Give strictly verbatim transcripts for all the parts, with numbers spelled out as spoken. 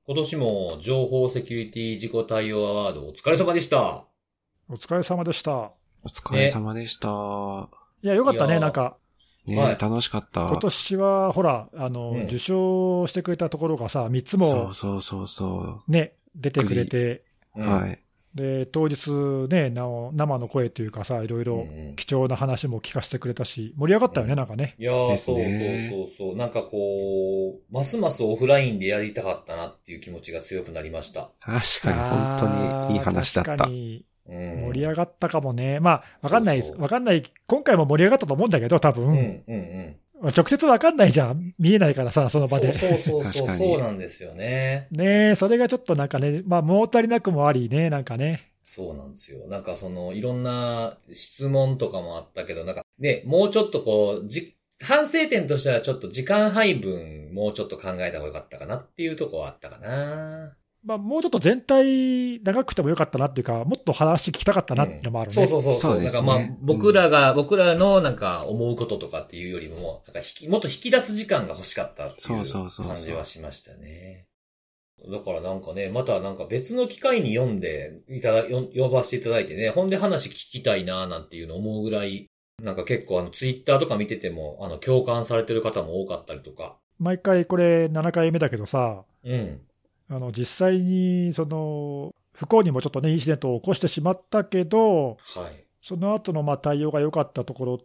今年も情報セキュリティ事故対応アワードお疲れ様でした。 お疲れ様でした。 お疲れ様でした。ね、 いや、よかったね、なんか。 ね、はい、楽しかった。 今年は、ほら、あの、うん、受賞してくれたところがさ、みっつも、 そうそうそうそう。 ね、出てくれて、 うん、はい。 で、当日ね、なお生の声というかさ、いろいろ貴重な話も聞かせてくれたし、盛り上がったよね、うん、なんかね。 いやー、そうそうそうそう。なんかこう、ますますオフラインでやりたかったなっていう気持ちが強くなりました。 確かに、本当にいい話だった。 確かに。盛り上がったかもね。まあ、わかんないです。わかんない。今回も盛り上がったと思うんだけど、多分。うんうんうん。直接わかんないじゃん。見えないからさ、その場で。 そうそうそうそう。そうなんですよね。 ねえ、それがちょっとなんかね、まあ、物足りなくもありね、なんかね。 そうなんですよ。なんかその、いろんな質問とかもあったけど、なんか、ね、もうちょっとこう、じ、反省点としてはちょっと時間配分、もうちょっと考えた方がよかったかなっていうところはあったかな。 まあ、もうちょっと全体長くてもよかったなっていうか、もっと話聞きたかったなっていうのもあるね。 うん、そうそうそう。そうですね。なんかまあ、僕らが、うん、僕らのなんか思うこととかっていうよりも、なんか引き、もっと引き出す時間が欲しかったっていう感じはしましたね。だからなんかね、またなんか別の機会に読んでいただ、呼ばせていただいてね、ほんで話聞きたいなーなんていうの思うぐらい、なんか結構あのツイッターとか見てても、あの共感されてる方も多かったりとか。 毎回これななかいめだけどさ、 うん。 あの、実際に、その、不幸にもちょっとね、インシデントを起こしてしまったけど、 はい。 その後のまあ対応が良かったところって、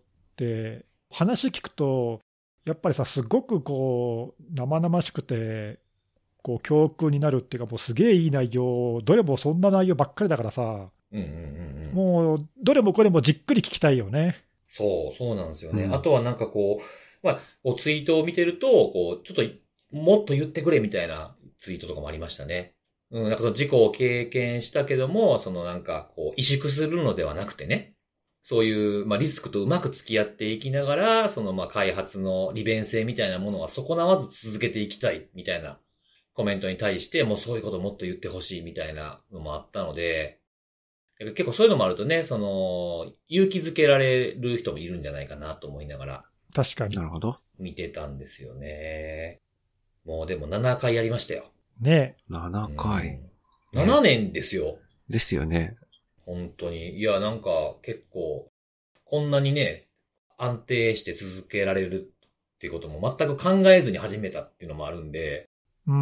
話聞くと、やっぱりさ、すごくこう、生々しくて、こう、教訓になるっていうか、もうすげえいい内容、どれもそんな内容ばっかりだからさ、 うんうんうんうん、 もう、どれもこれもじっくり聞きたいよね。 そう、そうなんですよね。うん、あとはなんかこう、まあ、こうツイートを見てると、こう、ちょっと、もっと言ってくれみたいなツイートとかもありましたね。うん、なんかその事故を経験したけども、そのなんかこう、萎縮するのではなくてね、そういう、まあリスクとうまく付き合っていきながら、そのまあ開発の利便性みたいなものは損なわず続けていきたいみたいなコメントに対して、もうそういうこともっと言ってほしいみたいなのもあったので、結構そういうのもあるとね、その、勇気づけられる人もいるんじゃないかなと思いながら。 確かに。 なるほど。 見てたんですよね。もうでもななかいやりましたよ。 ねえ。ななかい。 うん、ななねんですよ。 ですよね。 本当に。いや、なんか結構、こんなにね、安定して続けられるっていうことも全く考えずに始めたっていうのもあるんで。 うん。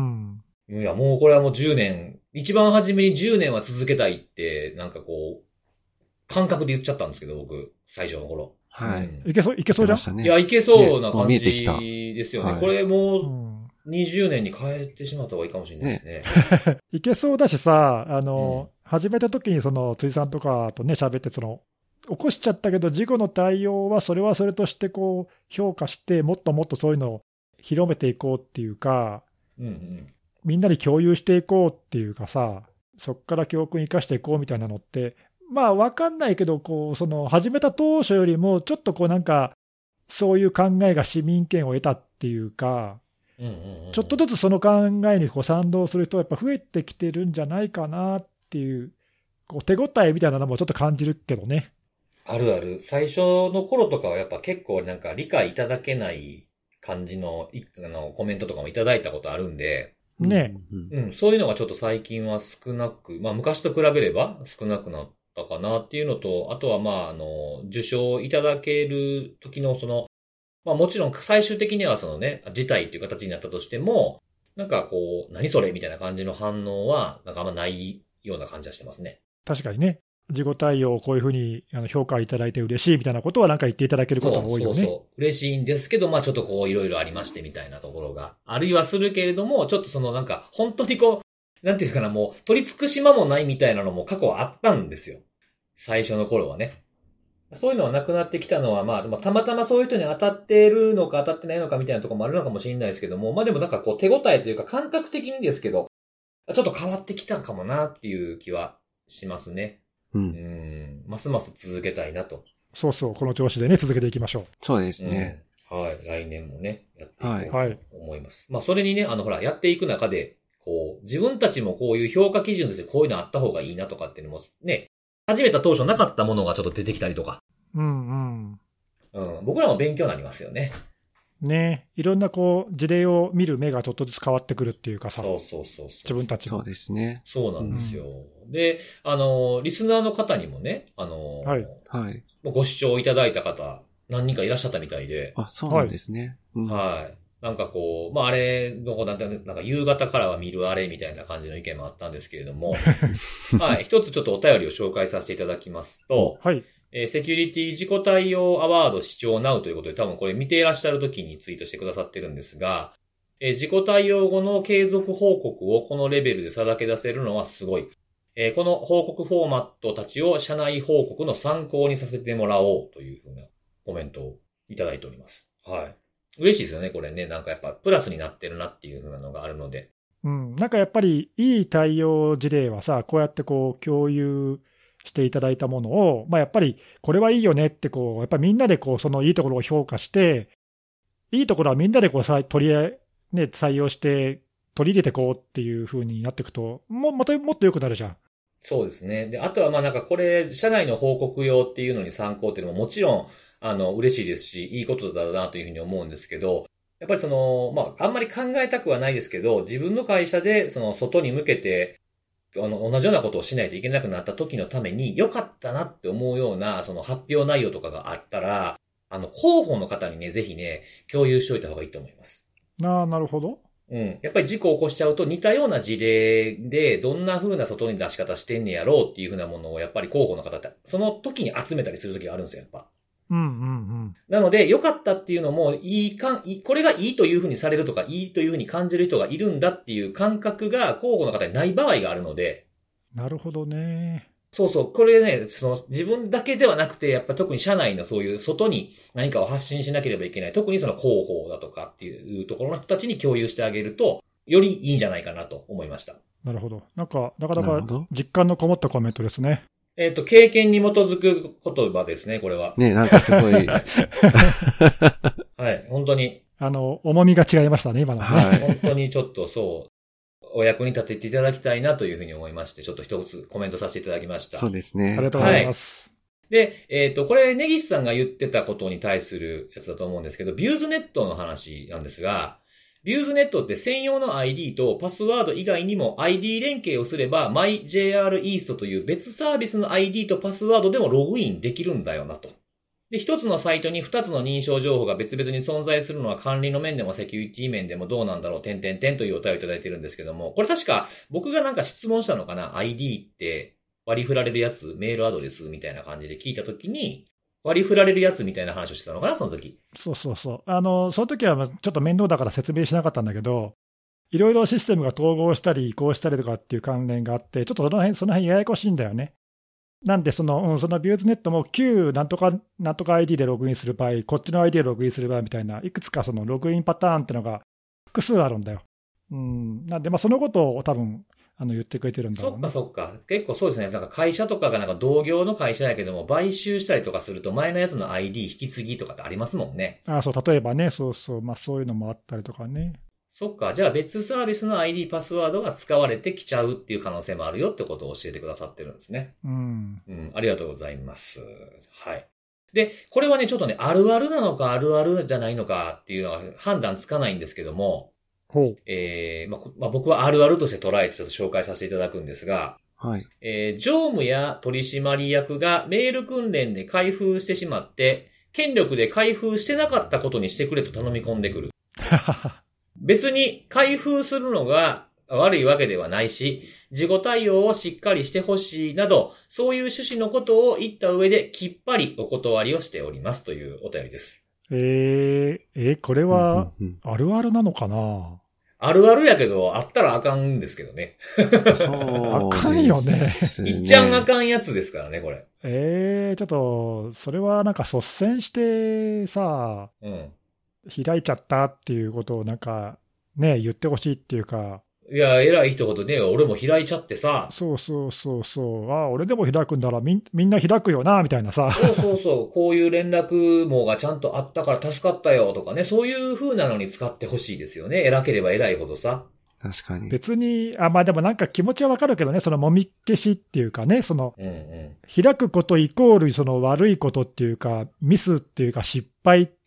いや、もうこれはもうじゅうねん、一番初めにじゅうねんは続けたいって、なんかこう、感覚で言っちゃったんですけど、僕、最初の頃。 はい。 うん、いけそう、いけそうじゃん、 ね、いや、いけそうな感じですよね。ね、これもう、にじゅうねんに変えてしまった方がいいかもしれないですね。ねいけそうだしさ、あの、うん、始めた時にその、辻さんとかとね、喋って、その、起こしちゃったけど、事故の対応はそれはそれとしてこう、評価して、もっともっとそういうのを広めていこうっていうか、 うんうん、 みんなに共有していこうっていうかさ、そこから教訓生かしていこうみたいなのって、まあ分かんないけど、こう、その始めた当初よりも、ちょっとこうなんか、そういう考えが市民権を得たっていうか、 うんうんうんうん、 ちょっとずつその考えにこう賛同する人はやっぱ増えてきてるんじゃないかなっていう、こう手応えみたいなのもちょっと感じるけどね。 あるある。最初の頃とかはやっぱ結構なんか理解いただけない感じの、あのコメントとかもいただいたことあるんで、 ね、 うん、そういうのがちょっと最近は少なく、まあ昔と比べれば少なくなったかなっていうのと、あとはまああの、受賞いただける時のその、まあもちろん最終的にはそのね、辞退っていう形になったとしても、なんかこう、何それみたいな感じの反応は、なんかあんまないような感じはしてますね。 確かにね。事故対応をこういうふうに評価いただいて嬉しいみたいなことはなんか言っていただけることが多いよね。 そうそうそう。嬉しいんですけど、まあちょっとこういろいろありましてみたいなところがあるいはするけれども、ちょっとそのなんか本当にこう、なんていうかな、もう取り尽くし間もないみたいなのも過去はあったんですよ。最初の頃はね。そういうのはなくなってきたのは、まあ、たまたまそういう人に当たってるのか当たってないのかみたいなところもあるのかもしれないですけども、まあでもなんかこう手応えというか感覚的にですけど、ちょっと変わってきたかもなっていう気はしますね。 うん。 うん、ますます続けたいなと。 そうそう、この調子でね、続けていきましょう。 そうですね。 うん、はい。来年もね、やっていこうと思います。はい、まあ、それにね、あの、ほら、やっていく中で、こう、自分たちもこういう評価基準としてこういうのあった方がいいなとかっていうのもね、始めた当初なかったものがちょっと出てきたりとか。 うんうん。 うん。僕らも勉強になりますよね。 ね、いろんなこう事例を見る目がちょっとずつ変わってくるっていうかさ、 そうそうそうそう。 自分たちも。 そうですね。 そうなんですよ。うん、で、あの、リスナーの方にもね、あの、 はい。 はい。 ご視聴いただいた方、何人かいらっしゃったみたいで。 あ、そうなんですね。 はい。うん、はい。なんかこう、まあ、あれの、なんか夕方からは見るあれみたいな感じの意見もあったんですけれども、はい。一つちょっとお便りを紹介させていただきますと、 はい。 えー、セキュリティ自己対応アワード視聴ナウということで多分これ見ていらっしゃる時にツイートしてくださってるんですが、えー、自己対応後の継続報告をこのレベルでさらけ出せるのはすごい。えー、この報告フォーマットたちを社内報告の参考にさせてもらおうというふうなコメントをいただいております。はい。嬉しいですよね、これね。なんかやっぱプラスになってるなっていうふうなのがあるので。 うん。なんかやっぱりいい対応事例はさ、こうやってこう共有していただいたものを、まあ、やっぱりこれはいいよねってこう、やっぱりみんなでこうそのいいところを評価して、いいところはみんなでこうさ取り、ね、採用して取り入れていこうっていう風になっていくと、もうまたもっと良くなるじゃん。 そうですね。で、あとはまあなんかこれ、社内の報告用っていうのに参考っていうのももちろん、あの、嬉しいですし、いいことだなというふうに思うんですけど、やっぱりその、まあ、あんまり考えたくはないですけど、自分の会社でその外に向けて、あの、同じようなことをしないといけなくなった時のために、良かったなって思うような、その発表内容とかがあったら、あの、広報の方にね、ぜひね、共有しておいた方がいいと思います。 ああ、なるほど。 うん。やっぱり事故を起こしちゃうと似たような事例で、どんな風な外に出し方してんねやろうっていう風なものを、やっぱり広報の方って、その時に集めたりする時があるんですよ、やっぱ。 うんうんうん。 なので、良かったっていうのも、いいかん、これがいいという風にされるとか、いいという風に感じる人がいるんだっていう感覚が広報の方にない場合があるので。 なるほどね。 そうそう。これね、その自分だけではなくて、やっぱ特に社内のそういう外に何かを発信しなければいけない。特にその広報だとかっていうところの人たちに共有してあげると、よりいいんじゃないかなと思いました。 なるほど。なんか、なかなか実感のこもったコメントですね。 えっと、経験に基づく言葉ですね、これは。 ね、なんかすごい。はい、 本当に。 あの、重みが違いましたね、今のね。 はい、 本当にちょっとそう、お役に立てていただきたいなというふうに思いまして、ちょっと一つコメントさせていただきました。 そうですね。 ありがとうございます。 はい、で、えっと、これ、根岸さんが言ってたことに対するやつだと思うんですけど、ビューズネットの話なんですが、ビューズネットって専用の アイディー とパスワード以外にも アイディー 連携をすれば MyJREast という別サービスの アイディー とパスワードでもログインできるんだよなと。で、一つのサイトに二つの認証情報が別々に存在するのは管理の面でもセキュリティ面でもどうなんだろう、点々点というお便りいただいてるんですけども、これ確か僕がなんか質問したのかな、アイディー って割り振られるやつ、メールアドレスみたいな感じで聞いたときに、割り振られるやつみたいな話をしてたのかな、その時。 そうそうそう。あの、その時はちょっと面倒だから説明しなかったんだけど、いろいろシステムが統合したり移行したりとかっていう関連があって、ちょっとその辺、その辺ややこしいんだよね。なんで、その、うん、そのビューズネットも旧なんとか、なんとか アイディー でログインする場合、こっちの アイディー でログインする場合みたいな、いくつかそのログインパターンっていうのが複数あるんだよ。うん。なんで、まあそのことを多分、あの言ってくれてるんだろうね。 そっかそっか。結構そうですね。なんか会社とかがなんか同業の会社やけども、買収したりとかすると前のやつの アイディー 引き継ぎとかってありますもんね。 ああ、そう、例えばね、そうそう、まあそういうのもあったりとかね。 そっか。じゃあ別サービスの アイディー パスワードが使われてきちゃうっていう可能性もあるよってことを教えてくださってるんですね。 うん。 うん。ありがとうございます。はい。で、これはね、ちょっとね、あるあるなのかあるあるじゃないのかっていうのは判断つかないんですけども、 ほう。 えーまあまあ、僕はあるあるとして捉えてちょっと紹介させていただくんですが、 はい。 えー、常務や取締役がメール訓練で開封してしまって、権力で開封してなかったことにしてくれと頼み込んでくる。別に開封するのが悪いわけではないし、事後対応をしっかりしてほしいなど、そういう趣旨のことを言った上できっぱりお断りをしておりますというお便りです。 えー、えー、これはあるあるなのかな？ あるあるやけど、あったらあかんですけどね。 そう。 あかんよね。 いっちゃんあかんやつですからね、これ。 えー、ちょっと、それはなんか率先してさ、 うん、 開いちゃったっていうことをなんか、ね、言ってほしいっていうか。 いや、偉い一言ね、俺も開いちゃってさ。 そうそうそうそう。あ、俺でも開くんだらみ、みんな開くよな、みたいなさ。 そうそうそう。こういう連絡網がちゃんとあったから助かったよとかね。そういう風なのに使ってほしいですよね。偉ければ偉いほどさ。 確かに。 別に、あ、まあでもなんか気持ちはわかるけどね、そのもみ消しっていうかね、その、 うんうん、 開くことイコールその悪いことっていうか、ミスっていうか失敗っ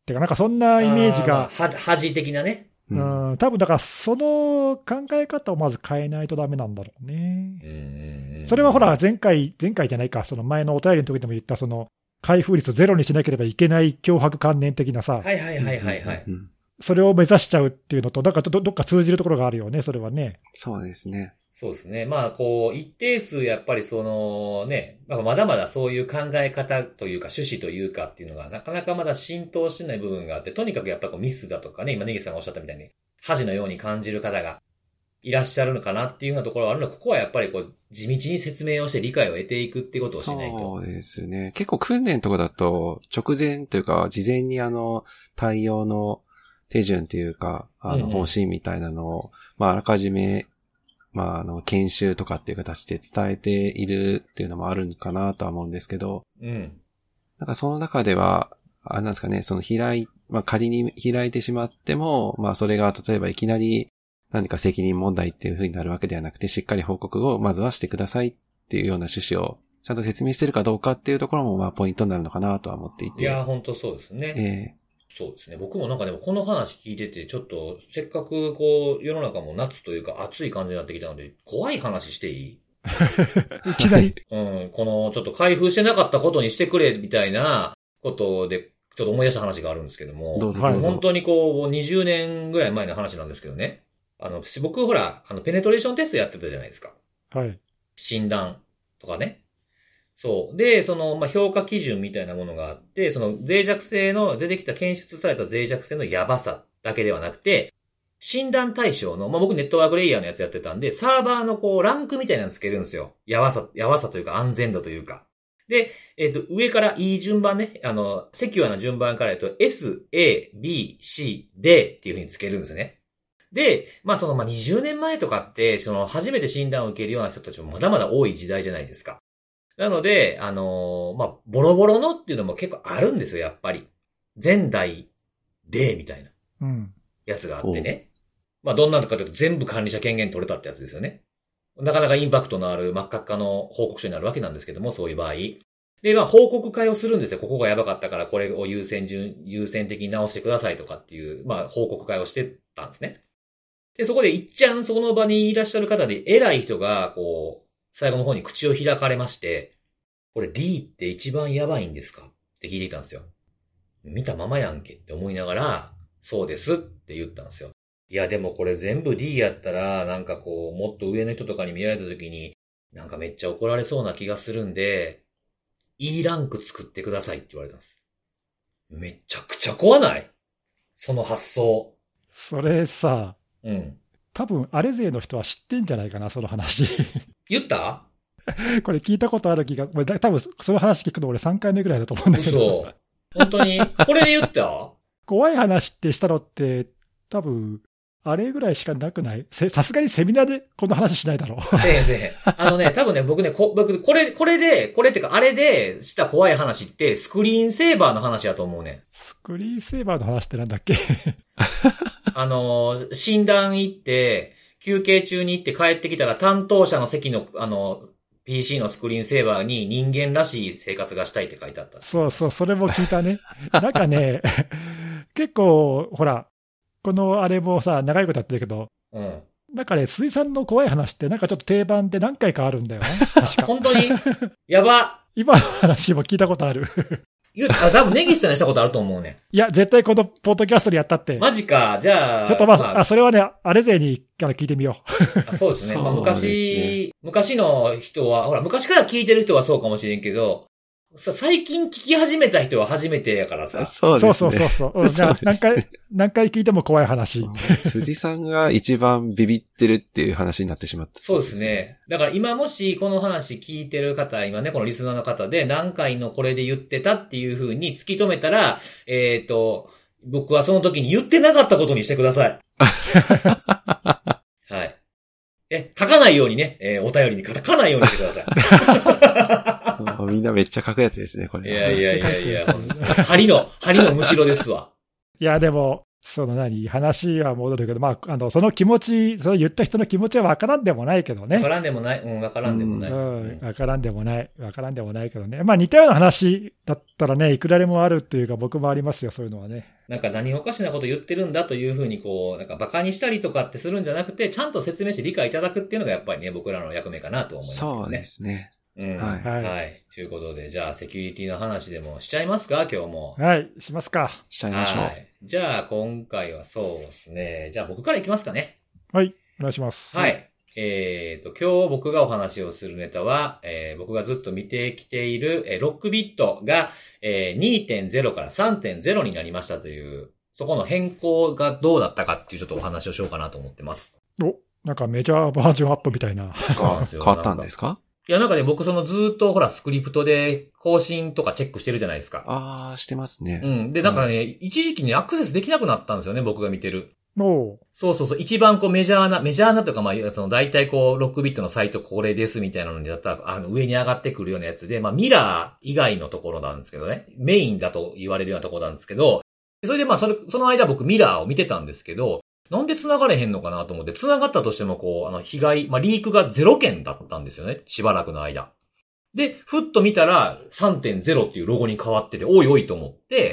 てか、なんかそんなイメージが。 は、恥的なね。 うん、多分だからその考え方をまず変えないとダメなんだろうね。 うん、 それはほら、前回、前回じゃないか、その前のお便りの時でも言った、その、開封率をゼロにしなければいけない強迫観念的なさ。 はいはいはいはいはい。 それを目指しちゃうっていうのと、だからど、どっか通じるところがあるよね、それはね。 そうですね。 そうですね。まあ、こう、一定数やっぱりそのね、まだまだそういう考え方というか趣旨というかっていうのがなかなかまだ浸透してない部分があって、とにかくやっぱりこうミスだとかね、今ネギさんがおっしゃったみたいに、恥のように感じる方がいらっしゃるのかなっていうようなところがあるので、ここはやっぱりこう、地道に説明をして理解を得ていくっていうことをしないと。 そうですね。結構訓練とかだと、直前というか、事前にあの、対応の手順というか、あの、方針みたいなのを、うんうん、まあ、あらかじめ、まあ、あの、研修とかっていう形で伝えているっていうのもあるのかなとは思うんですけど、 うん。 なんかその中では、あれなんですかね、その開い、まあ仮に開いてしまっても、まあそれが例えばいきなり何か責任問題っていう風になるわけではなくて、しっかり報告をまずはしてくださいっていうような趣旨をちゃんと説明してるかどうかっていうところもまあポイントになるのかなとは思っていて。 いや、本当そうですね。 ええそうですね。僕もなんかでもこの話聞いてて、ちょっとせっかくこう世の中も夏というか暑い感じになってきたので、怖い話していい？ いきなり。 うん。このちょっと開封してなかったことにしてくれみたいなことで、ちょっと思い出した話があるんですけども。 どうぞどうぞ。 本当にこうにじゅうねんぐらい前の話なんですけどね。あの、僕ほら、あの、ペネトレーションテストやってたじゃないですか。 はい。 診断とかね。そう。で、その、まあ、評価基準みたいなものがあって、その脆弱性の、出てきた検出された脆弱性のやばさだけではなくて、診断対象の、まあ、僕ネットワークレイヤーのやつやってたんで、サーバーのこう、ランクみたいなのつけるんですよ。やばさ、やばさというか安全度というか。で、えっと、上からいい順番ね、あの、セキュアな順番から言うと、S、A、B、C、D っていう風につけるんですね。で、まあ、その、まあ、にじゅうねんまえとかって、その、初めて診断を受けるような人たちもまだまだ多い時代じゃないですか。なので、あのー、まあ、ボロボロのっていうのも結構あるんですよ、やっぱり。前代、D みたいな。 うん。やつがあってね。まあ、どんなのかというと全部管理者権限取れたってやつですよね。なかなかインパクトのある真っ赤っかの報告書になるわけなんですけども、そういう場合。で、まあ、報告会をするんですよ。ここがやばかったから、これを優先順、優先的に直してくださいとかっていう、まあ、報告会をしてたんですね。で、そこでいっちゃんその場にいらっしゃる方で偉い人が、こう、最後の方に口を開かれまして、これ D って一番やばいんですかって聞いていたんですよ。見たままやんけって思いながら、そうですって言ったんですよ。いやでもこれ全部 D やったら、なんかこう、もっと上の人とかに見られた時に、なんかめっちゃ怒られそうな気がするんで、E ランク作ってくださいって言われたんです。めちゃくちゃ怖ないその発想。それさ、 うん。 多分、アレ勢の人は知ってんじゃないかな、その話。 言ったこれ聞いたことある気が、多分、その話聞くの俺さんかいめぐらいだと思うんだけど。 嘘。本当にこれで言った怖い話ってしたのって、多分、あれぐらいしかなくない？さすがにセミナーでこの話しないだろう。 せえへんせえへん。あのね、多分ね、僕ね、こ、僕、これ、これで、これってか、あれでした怖い話って、スクリーンセーバーの話だと思うね。 スクリーンセーバーの話ってなんだっけあの、診断行って、休憩中に行って帰ってきたら、担当者の席の、あの、ピーシー のスクリーンセーバーに人間らしい生活がしたいって書いてあった。 そうそう、それも聞いたね。なんかね、結構、ほら、このあれもさ、長いことやってるけど、 うん。 なんかね、水産の怖い話ってなんかちょっと定番で何回かあるんだよね。確か。 本当にやば。 今の話も聞いたことある。 言う、あ、多分ネギスさんにしたことあると思うね。 いや、絶対このポッドキャストでやったって。 マジか。じゃあ。 ちょっとまあ、まあ、あ、それはね、あれ勢にから聞いてみよう。あそうですね。まあ、昔、昔の人は、ほら、昔から聞いてる人はそうかもしれんけど、さ、最近聞き始めた人は初めてやからさ。 そうですね。 そうそうそうそう。うん、そう何回、何回聞いても怖い話。 辻さんが一番ビビってるっていう話になってしまった、ね。 そうですね。だから今もしこの話聞いてる方、今ね、このリスナーの方で何回のこれで言ってたっていう風に突き止めたら、えっと、僕はその時に言ってなかったことにしてください。はい。え、書かないようにね、えー、お便りに書かないようにしてください。 みんなめっちゃ書くやつですね、これ。 いやいやいやいや、針の、針のむしろですわ。 いや、でも、 その何、話は戻るけど、まあ、あの、その気持ち、その言った人の気持ちは分からんでもないけどね。 分からんでもない。うん、分からんでもない。 うん、分からんでもない。分からんでもないけどね。まあ、似たような話だったらね、いくらでもあるというか、僕もありますよ、そういうのはね。 なんか何おかしなこと言ってるんだというふうにこう、なんか馬鹿にしたりとかってするんじゃなくて、ちゃんと説明して理解いただくっていうのがやっぱりね、僕らの役目かなと思いますね。 そうですね。 うん。 はい。 はい。はい。ということで、じゃあ、セキュリティの話でもしちゃいますか、今日も。 はい、しますか。 しちゃいましょう。はい。 じゃあ、今回はそうですね。じゃあ、僕からいきますかね。 はい、お願いします。 はい。えっと、今日僕がお話をするネタは、えー、僕がずっと見てきている、えー、ロックビットが、えー、にてんゼロ から さんてんゼロ になりましたという、そこの変更がどうだったかっていうちょっとお話をしようかなと思ってます。 お、なんかメジャーバージョンアップみたいな。 変わったんですか？ いや、なんかね、僕そのずっとほら、スクリプトで更新とかチェックしてるじゃないですか。 ああ、してますね。 うん。で、なんかね、はい、一時期にアクセスできなくなったんですよね、僕が見てる。 おそうそうそう。一番こうメジャーな、メジャーなというかまあ、その大体こう、ロックビットのサイトこれですみたいなのにだったら、あの、上に上がってくるようなやつで、まあ、ミラー以外のところなんですけどね。メインだと言われるようなところなんですけど、それでまあ、それ、その間僕ミラーを見てたんですけど、なんで繋がれへんのかなと思って、繋がったとしてもこう、あの、被害、まあ、リークがゼロ件だったんですよね。しばらくの間。で、ふっと見たら さんてんゼロ っていうロゴに変わってて、おいおいと思って、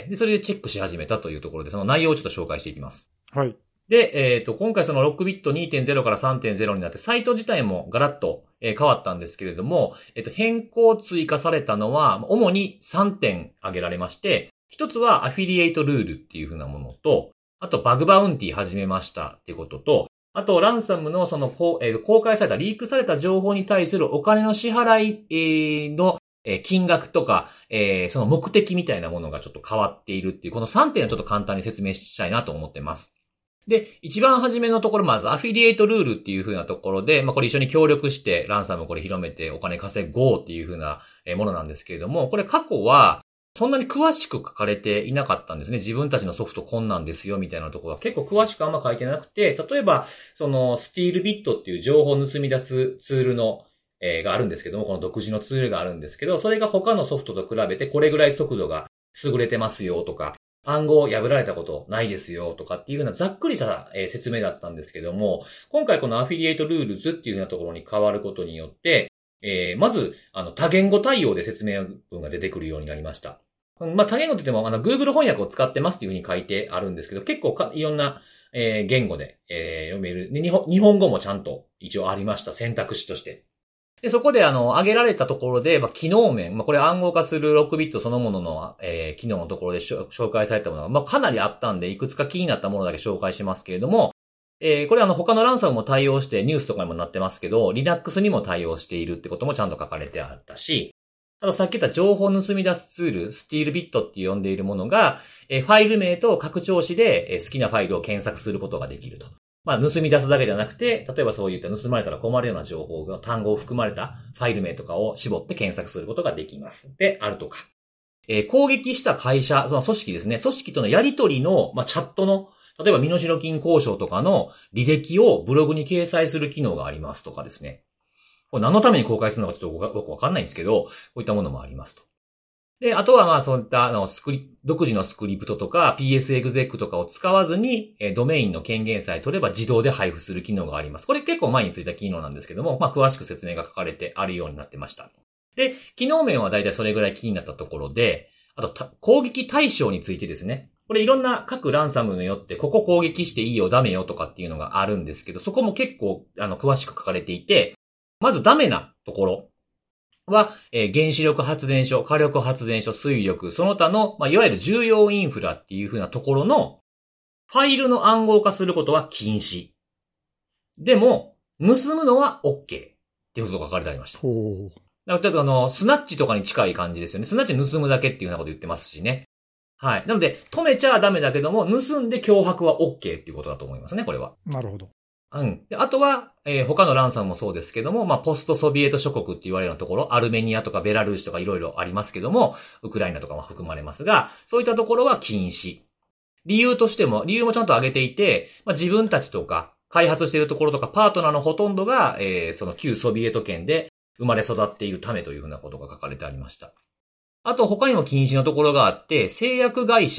で、それでチェックし始めたというところで、その内容をちょっと紹介していきます。 はい。 で、えっと、今回そのロックビット にてんゼロ から さんてんゼロ になって、サイト自体もガラッと、えー、変わったんですけれども、えっと、変更追加されたのは、主にさんてん挙げられまして、一つはアフィリエイトルールっていう風なものと、あとバグバウンティ始めましたっていうことと、あと、ランサムのその、えー、公開された、リークされた情報に対するお金の支払い、えー、の、えー、金額とか、えー、その目的みたいなものがちょっと変わっているっていう、このさんてんをちょっと簡単に説明したいなと思ってます。で、一番初めのところ、まずアフィリエイトルールっていう風なところで、まあ、これ一緒に協力して、ランサムこれ広めてお金稼ごうっていう風なものなんですけれども、これ過去は、そんなに詳しく書かれていなかったんですね。自分たちのソフトこんなんですよみたいなところは結構詳しくあんま書いてなくて、例えば、そのスティールビットっていう情報を盗み出すツールの、えー、があるんですけども、この独自のツールがあるんですけど、それが他のソフトと比べてこれぐらい速度が優れてますよとか、暗号を破られたことないですよとかっていうようなざっくりした、えー、説明だったんですけども、今回このアフィリエイトルールズっていうようなところに変わることによって、えー、まず、あの、多言語対応で説明文が出てくるようになりました。まあ、多言語って言っても、あの、Google 翻訳を使ってますっていうふうに書いてあるんですけど、結構かいろんな、えー、言語で、えー、読めるで日本。日本語もちゃんと一応ありました。選択肢として。で、そこで、あの、挙げられたところで、まあ、機能面、まあ、これ暗号化するロックビットそのものの、えー、機能のところで紹介されたものが、まあ、かなりあったんで、いくつか気になったものだけ紹介しますけれども、えー、これあの、他のランサムも対応してニュースとかにもなってますけど、Linux にも対応しているってこともちゃんと書かれてあったし、あとさっき言った情報を盗み出すツール、スティールビットって呼んでいるものが、えー、ファイル名と拡張子で、えー、好きなファイルを検索することができると。まあ、盗み出すだけじゃなくて、例えばそういった盗まれたら困るような情報が、単語を含まれたファイル名とかを絞って検索することができます。で、あるとか。えー、攻撃した会社、その組織ですね。組織とのやり取りの、まあ、チャットの、例えば身代金交渉とかの履歴をブログに掲載する機能がありますとかですね。これ何のために公開するのかちょっとよくわかんないんですけど、こういったものもありますと。で、あとはまあそういったあのスクリ、独自のスクリプトとか ピーエスエグゼクとかを使わずに、えー、ドメインの権限さえ取れば自動で配布する機能があります。これ結構前についた機能なんですけども、まあ詳しく説明が書かれてあるようになってました。で、機能面はだいたいそれぐらい気になったところで、あと攻撃対象についてですね。これいろんな各ランサムによってここ攻撃していいよダメよとかっていうのがあるんですけど、そこも結構あの詳しく書かれていて、まずダメなところは、えー、原子力発電所、火力発電所、水力、その他の、まあ、いわゆる重要インフラっていう風なところの、ファイルの暗号化することは禁止。でも、盗むのは OK っていうことが書かれてありました。 ほう。 だから、あの、スナッチとかに近い感じですよね。スナッチ盗むだけっていうようなこと言ってますしね。はい。なので、止めちゃダメだけども、盗んで脅迫は OK っていうことだと思いますね、これは。 なるほど。 うん。で、あとは、えー、他のランサムもそうですけども、まあ、ポストソビエト諸国って言われるようなところ、アルメニアとかベラルーシとかいろいろありますけども、ウクライナとかも含まれますが、そういったところは禁止。理由としても、理由もちゃんと挙げていて、まあ、自分たちとか、開発しているところとか、パートナーのほとんどが、えー、その旧ソビエト圏で生まれ育っているためというふうなことが書かれてありました。あと、他にも禁止のところがあって、製薬会社、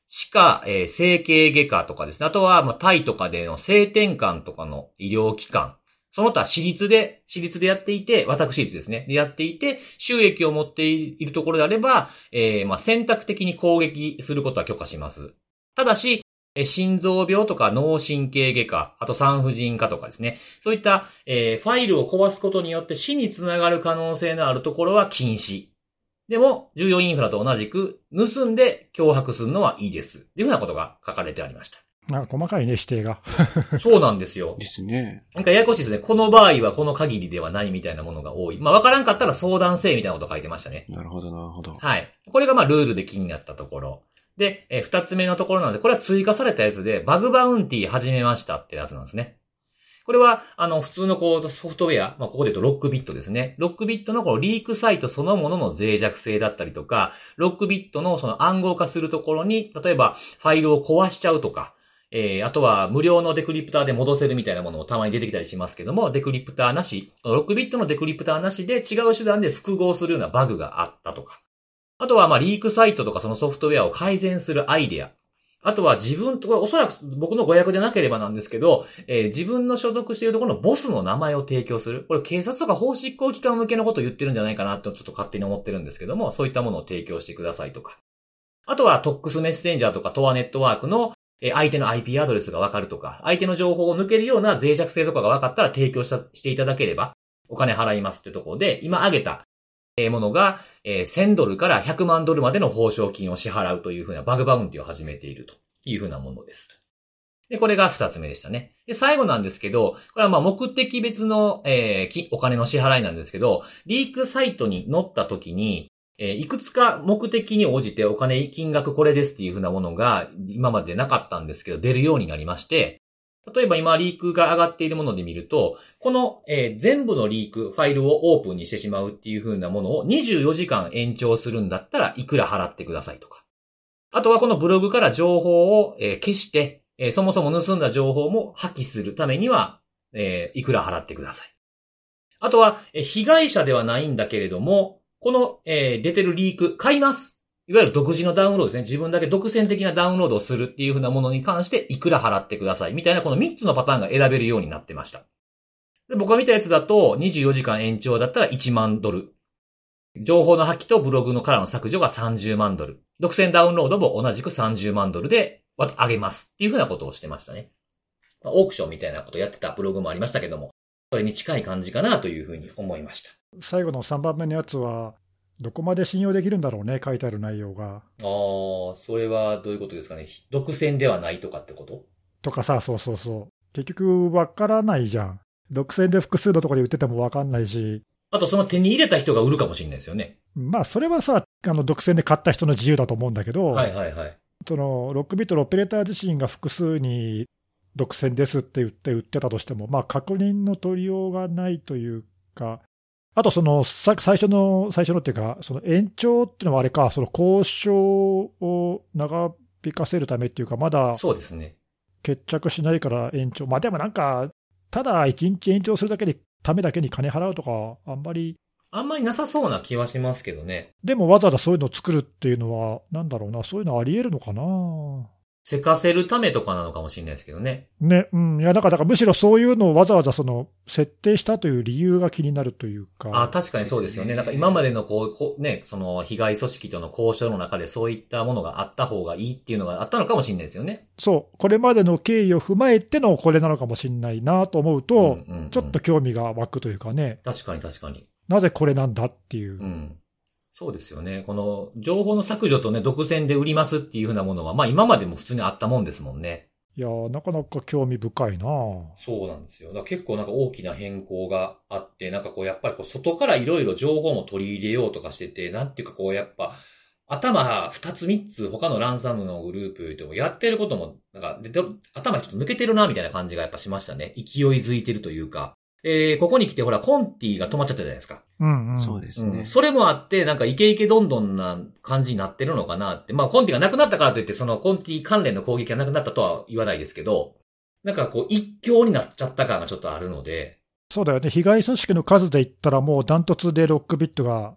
歯科、えー整形外科とかですね。あとは、まあ、タイとかでの性転換とかの医療機関。その他、私立で、私立でやっていて、私立ですね。でやっていて、収益を持っているところであれば、えー、まあ、選択的に攻撃することは許可します。ただし、えー、心臓病とか脳神経外科、あと産婦人科とかですね。そういった、えー、ファイルを壊すことによって死につながる可能性のあるところは禁止。でも、重要インフラと同じく、盗んで脅迫するのはいいです。というふうなことが書かれてありました。 なんか細かいね、指定が。 そうなんですよ。 ですね。 なんかややこしいですね。この場合はこの限りではないみたいなものが多い。まあ、わからんかったら相談せえみたいなこと書いてましたね。 なるほど、なるほど。 はい。これがまあ、ルールで気になったところ。で、えー、二つ目のところなので、これは追加されたやつで、バグバウンティ始めましたってやつなんですね。これは、あの、普通のこう、ソフトウェア、まあ、ここで言うとロックビットですね。ロックビットのこのリークサイトそのものの脆弱性だったりとか、ロックビットのその暗号化するところに、例えば、ファイルを壊しちゃうとか、えー、あとは無料のデクリプターで戻せるみたいなものもたまに出てきたりしますけども、デクリプターなし、ロックビットのデクリプターなしで違う手段で複合するようなバグがあったとか。あとは、ま、リークサイトとかそのソフトウェアを改善するアイデア。あとは自分と、これおそらく僕の誤訳でなければなんですけど、えー、自分の所属しているところのボスの名前を提供する。これ警察とか法執行機関向けのことを言ってるんじゃないかなとちょっと勝手に思ってるんですけども、そういったものを提供してくださいとか。あとはトックスメッセンジャーとかトアネットワークのえ相手の アイピー アドレスがわかるとか、相手の情報を抜けるような脆弱性とかが分かったら提供した、していただければ、お金払いますってところで、今挙げたものが、えー、せんドルからひゃくまんドルまでの報奨金を支払うというふうなバグバウンティを始めているというふうなものです。で、これが二つ目でしたね。で、最後なんですけど、これはまあ目的別の、えー、お金の支払いなんですけど、リークサイトに載った時に、えー、いくつか目的に応じてお金、金額これですっていう風なものが今までなかったんですけど出るようになりまして、例えば今リークが上がっているもので見ると、この、えー、全部のリーク、ファイルをオープンにしてしまうっていう風なものをにじゅうよじかん延長するんだったらいくら払ってくださいとか。あとはこのブログから情報を、えー、消して、えー、そもそも盗んだ情報も破棄するためには、えー、いくら払ってください。あとは、えー、被害者ではないんだけれども、この、えー、出てるリーク、買います。いわゆる独自のダウンロードですね。自分だけ独占的なダウンロードをするっていう風なものに関していくら払ってください。みたいなこのみっつのパターンが選べるようになってました。で僕が見たやつだとにじゅうよじかん延長だったらいちまんドル。情報の破棄とブログのからの削除がさんじゅうまんドル。独占ダウンロードも同じくさんじゅうまんドルであげますっていう風なことをしてましたね。オークションみたいなことをやってたブログもありましたけども、それに近い感じかなという風に思いました。 最後のさんばんめのやつは、どこまで信用できるんだろうね、書いてある内容が。 ああ、それはどういうことですかね。独占ではないとかってこと？ とかさ、そうそうそう。結局わからないじゃん。独占で複数のところで売っててもわかんないし。 あとその手に入れた人が売るかもしれないですよね。 まあそれはさ、あの独占で買った人の自由だと思うんだけど、 はいはいはい。 そのロックビットのオペレーター自身が複数に独占ですって言って売ってたとしても、まあ確認の取りようがないというか、あとその最初の、最初のっていうか、その延長っていうのはあれか、その交渉を長引かせるためっていうか、まだそうですね。 決着しないから延長、まあでもなんか、ただいちにち延長するだけで、ためだけに金払うとか、あんまり。 あんまりなさそうな気はしますけどね。 でもわざわざそういうのを作るっていうのは、なんだろうな、そういうのあり得るのかな。 せかせるためとかなのかもしれないですけどね。 ね、うん。いや、だから、だからむしろそういうのをわざわざその、設定したという理由が気になるというか。 あ、確かにそうですよね。なんか今までのこう、こうね、その被害組織との交渉の中でそういったものがあった方がいいっていうのがあったのかもしれないですよね。 そう。これまでの経緯を踏まえてのこれなのかもしれないなと思うと、うんうんうん、ちょっと興味が湧くというかね。 確かに確かに。 なぜこれなんだっていう。 うん。そうですよね。この情報の削除とね、独占で売りますっていう風なものは、まあ今までも普通にあったもんですもんね。 いやー、なかなか興味深いな。 そうなんですよ。だから結構なんか大きな変更があって、なんかこうやっぱりこう外からいろいろ情報も取り入れようとかしてて、なんていうかこうやっぱ、頭二つ三つ他のランサムのグループでもやってることも、なんかで頭ちょっと抜けてるなみたいな感じがやっぱしましたね。勢いづいてるというか。えー、ここに来てほら、コンティが止まっちゃったじゃないですか。 うんうん。 そうですね、 うん。それもあって、なんかイケイケどんどんな感じになってるのかなって。まあ、コンティがなくなったからといって、そのコンティ関連の攻撃がなくなったとは言わないですけど、なんかこう、一強になっちゃった感がちょっとあるので。 そうだよね。被害組織の数で言ったらもうダントツでロックビットが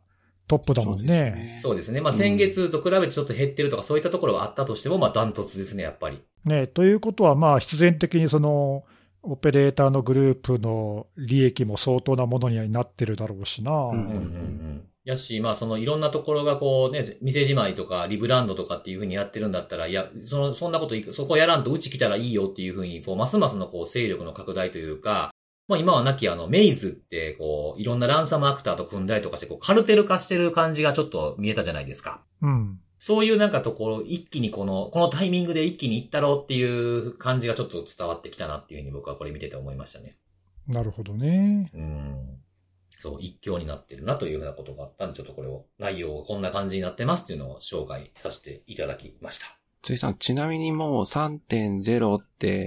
トップだもんそうですね。 ね。 そうですね。まあ先月と比べてちょっと減ってるとかそういったところがあったとしても、まあダントツですね、やっぱり。 ね、ということは、まあ必然的にそのオペレーターのグループの利益も相当なものにはなってるだろうしな。 うんうんうんうん。やし、まあそのいろんなところがこうね、店じまいとかリブランドとかっていう風にやってるんだったら、いや、その、そんなこといく、そこやらんとうち来たらいいよっていう風に、こう、ますますのこう、勢力の拡大というか、まあ今はなきあの、メイズって、こう、いろんなランサムアクターと組んだりとかして、こう、カルテル化してる感じがちょっと見えたじゃないですか。 うん。 そういうなんかところ、一気にこの、このタイミングで一気に行ったろうっていう感じがちょっと伝わってきたなっていう風に僕はこれ見てて思いましたね。 なるほどね。 うん。そう、一強になってるなというようなことがあったんで、ちょっとこれを、内容がこんな感じになってますっていうのを紹介させていただきました。 ついさん、ちなみにもう さんてんゼロ って、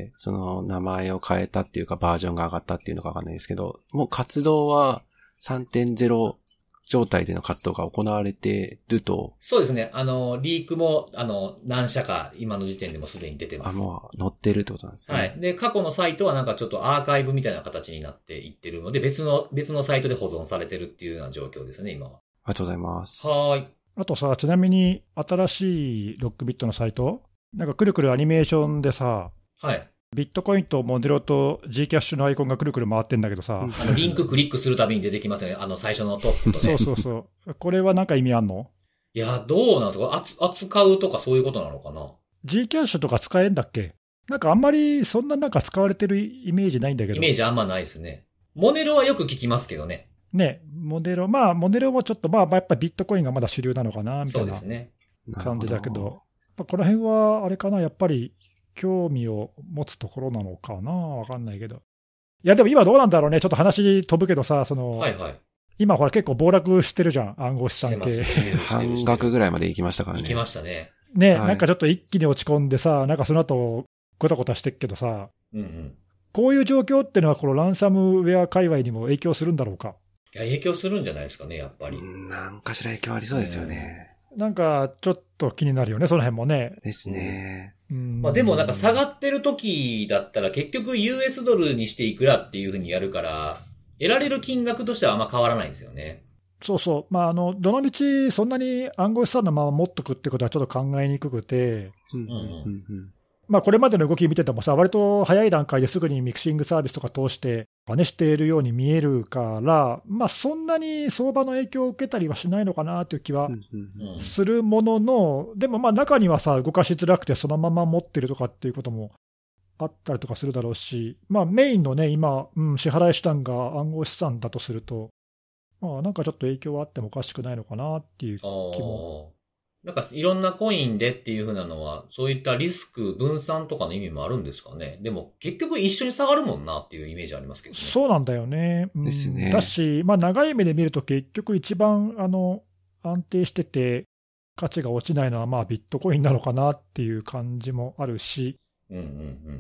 その名前を変えたっていうかバージョンが上がったっていうのかわかんないですけど、もう活動は さんてんゼロ 状態での活動が行われてると。 そうですね。あの、リークも、あの、何社か今の時点でもすでに出てます。 あ、もう載ってるってことなんですね。 はい。で、過去のサイトはなんかちょっとアーカイブみたいな形になっていってるので、別の、別のサイトで保存されてるっていうような状況ですね、今は。 ありがとうございます。 はーい。 あとさ、ちなみに新しいロックビットのサイト、なんかくるくるアニメーションでさ、 はい。 ビットコインとモデロと G キャッシュのアイコンがくるくる回ってんだけどさ、 あの、リンククリックするたびに出てきますよね。あの、最初のトップとね。 そうそうそう。これはなんか意味あんの？ いや、どうなんですか？あつ扱うとかそういうことなのかな？ G キャッシュとか使えんだっけ？なんかあんまりそんななんか使われてるイメージないんだけど。 イメージあんまないですね。モネロはよく聞きますけどね。 ね、モデロ、まあ、モデロもちょっと、まあ、やっぱりビットコインがまだ主流なのかな、みたそいうなですね。 感じだけど、まあこの辺は、あれかな、やっぱり興味を持つところなのかな、わかんないけど。いや、でも今どうなんだろうね、ちょっと話飛ぶけどさ、その、 はいはい。 今ほら結構暴落してるじゃん、暗号資産系。 半額ぐらいまで行きましたからね。 行きましたね。 ね、 はいなんかちょっと一気に落ち込んでさ、なんかその後、ごたごたしてっけどさ、 うんうん。 こういう状況っていうのは、このランサムウェア界隈にも影響するんだろうか。 いや、影響するんじゃないですかね、やっぱり。 うんなんかしら影響ありそうですよね。 なんかちょっと気になるよね、その辺もね。 ですね。 うんまあでもなんか下がってる時だったら結局 ユーエス ドルにしていくらっていう風にやるから、得られる金額としてはあんま変わらないんですよね。 そうそう、まあ、あのどのみち、そんなに暗号資産のまま持っとくってことはちょっと考えにくくて、 うんうんうんまあ、これまでの動き見ててもさ、割と早い段階ですぐにミクシングサービスとか通して真似しているように見えるから、まあ、そんなに相場の影響を受けたりはしないのかなという気はうんうんうん。 するものの、でもまあ中にはさ、動かしづらくてそのまま持ってるとかっていうこともあったりとかするだろうし、まあ、メインのね、今、うん、支払い手段が暗号資産だとすると、まあ、なんかちょっと影響はあってもおかしくないのかなっていう気も。 ああ。なんかいろんなコインでっていう風なのは、そういったリスク分散とかの意味もあるんですかね。でも結局一緒に下がるもんなっていうイメージありますけどね。 そうなんだよね。うんですねだし、まあ、長い目で見ると結局一番あの安定してて価値が落ちないのはまあビットコインなのかなっていう感じもあるし、 うんうんうん。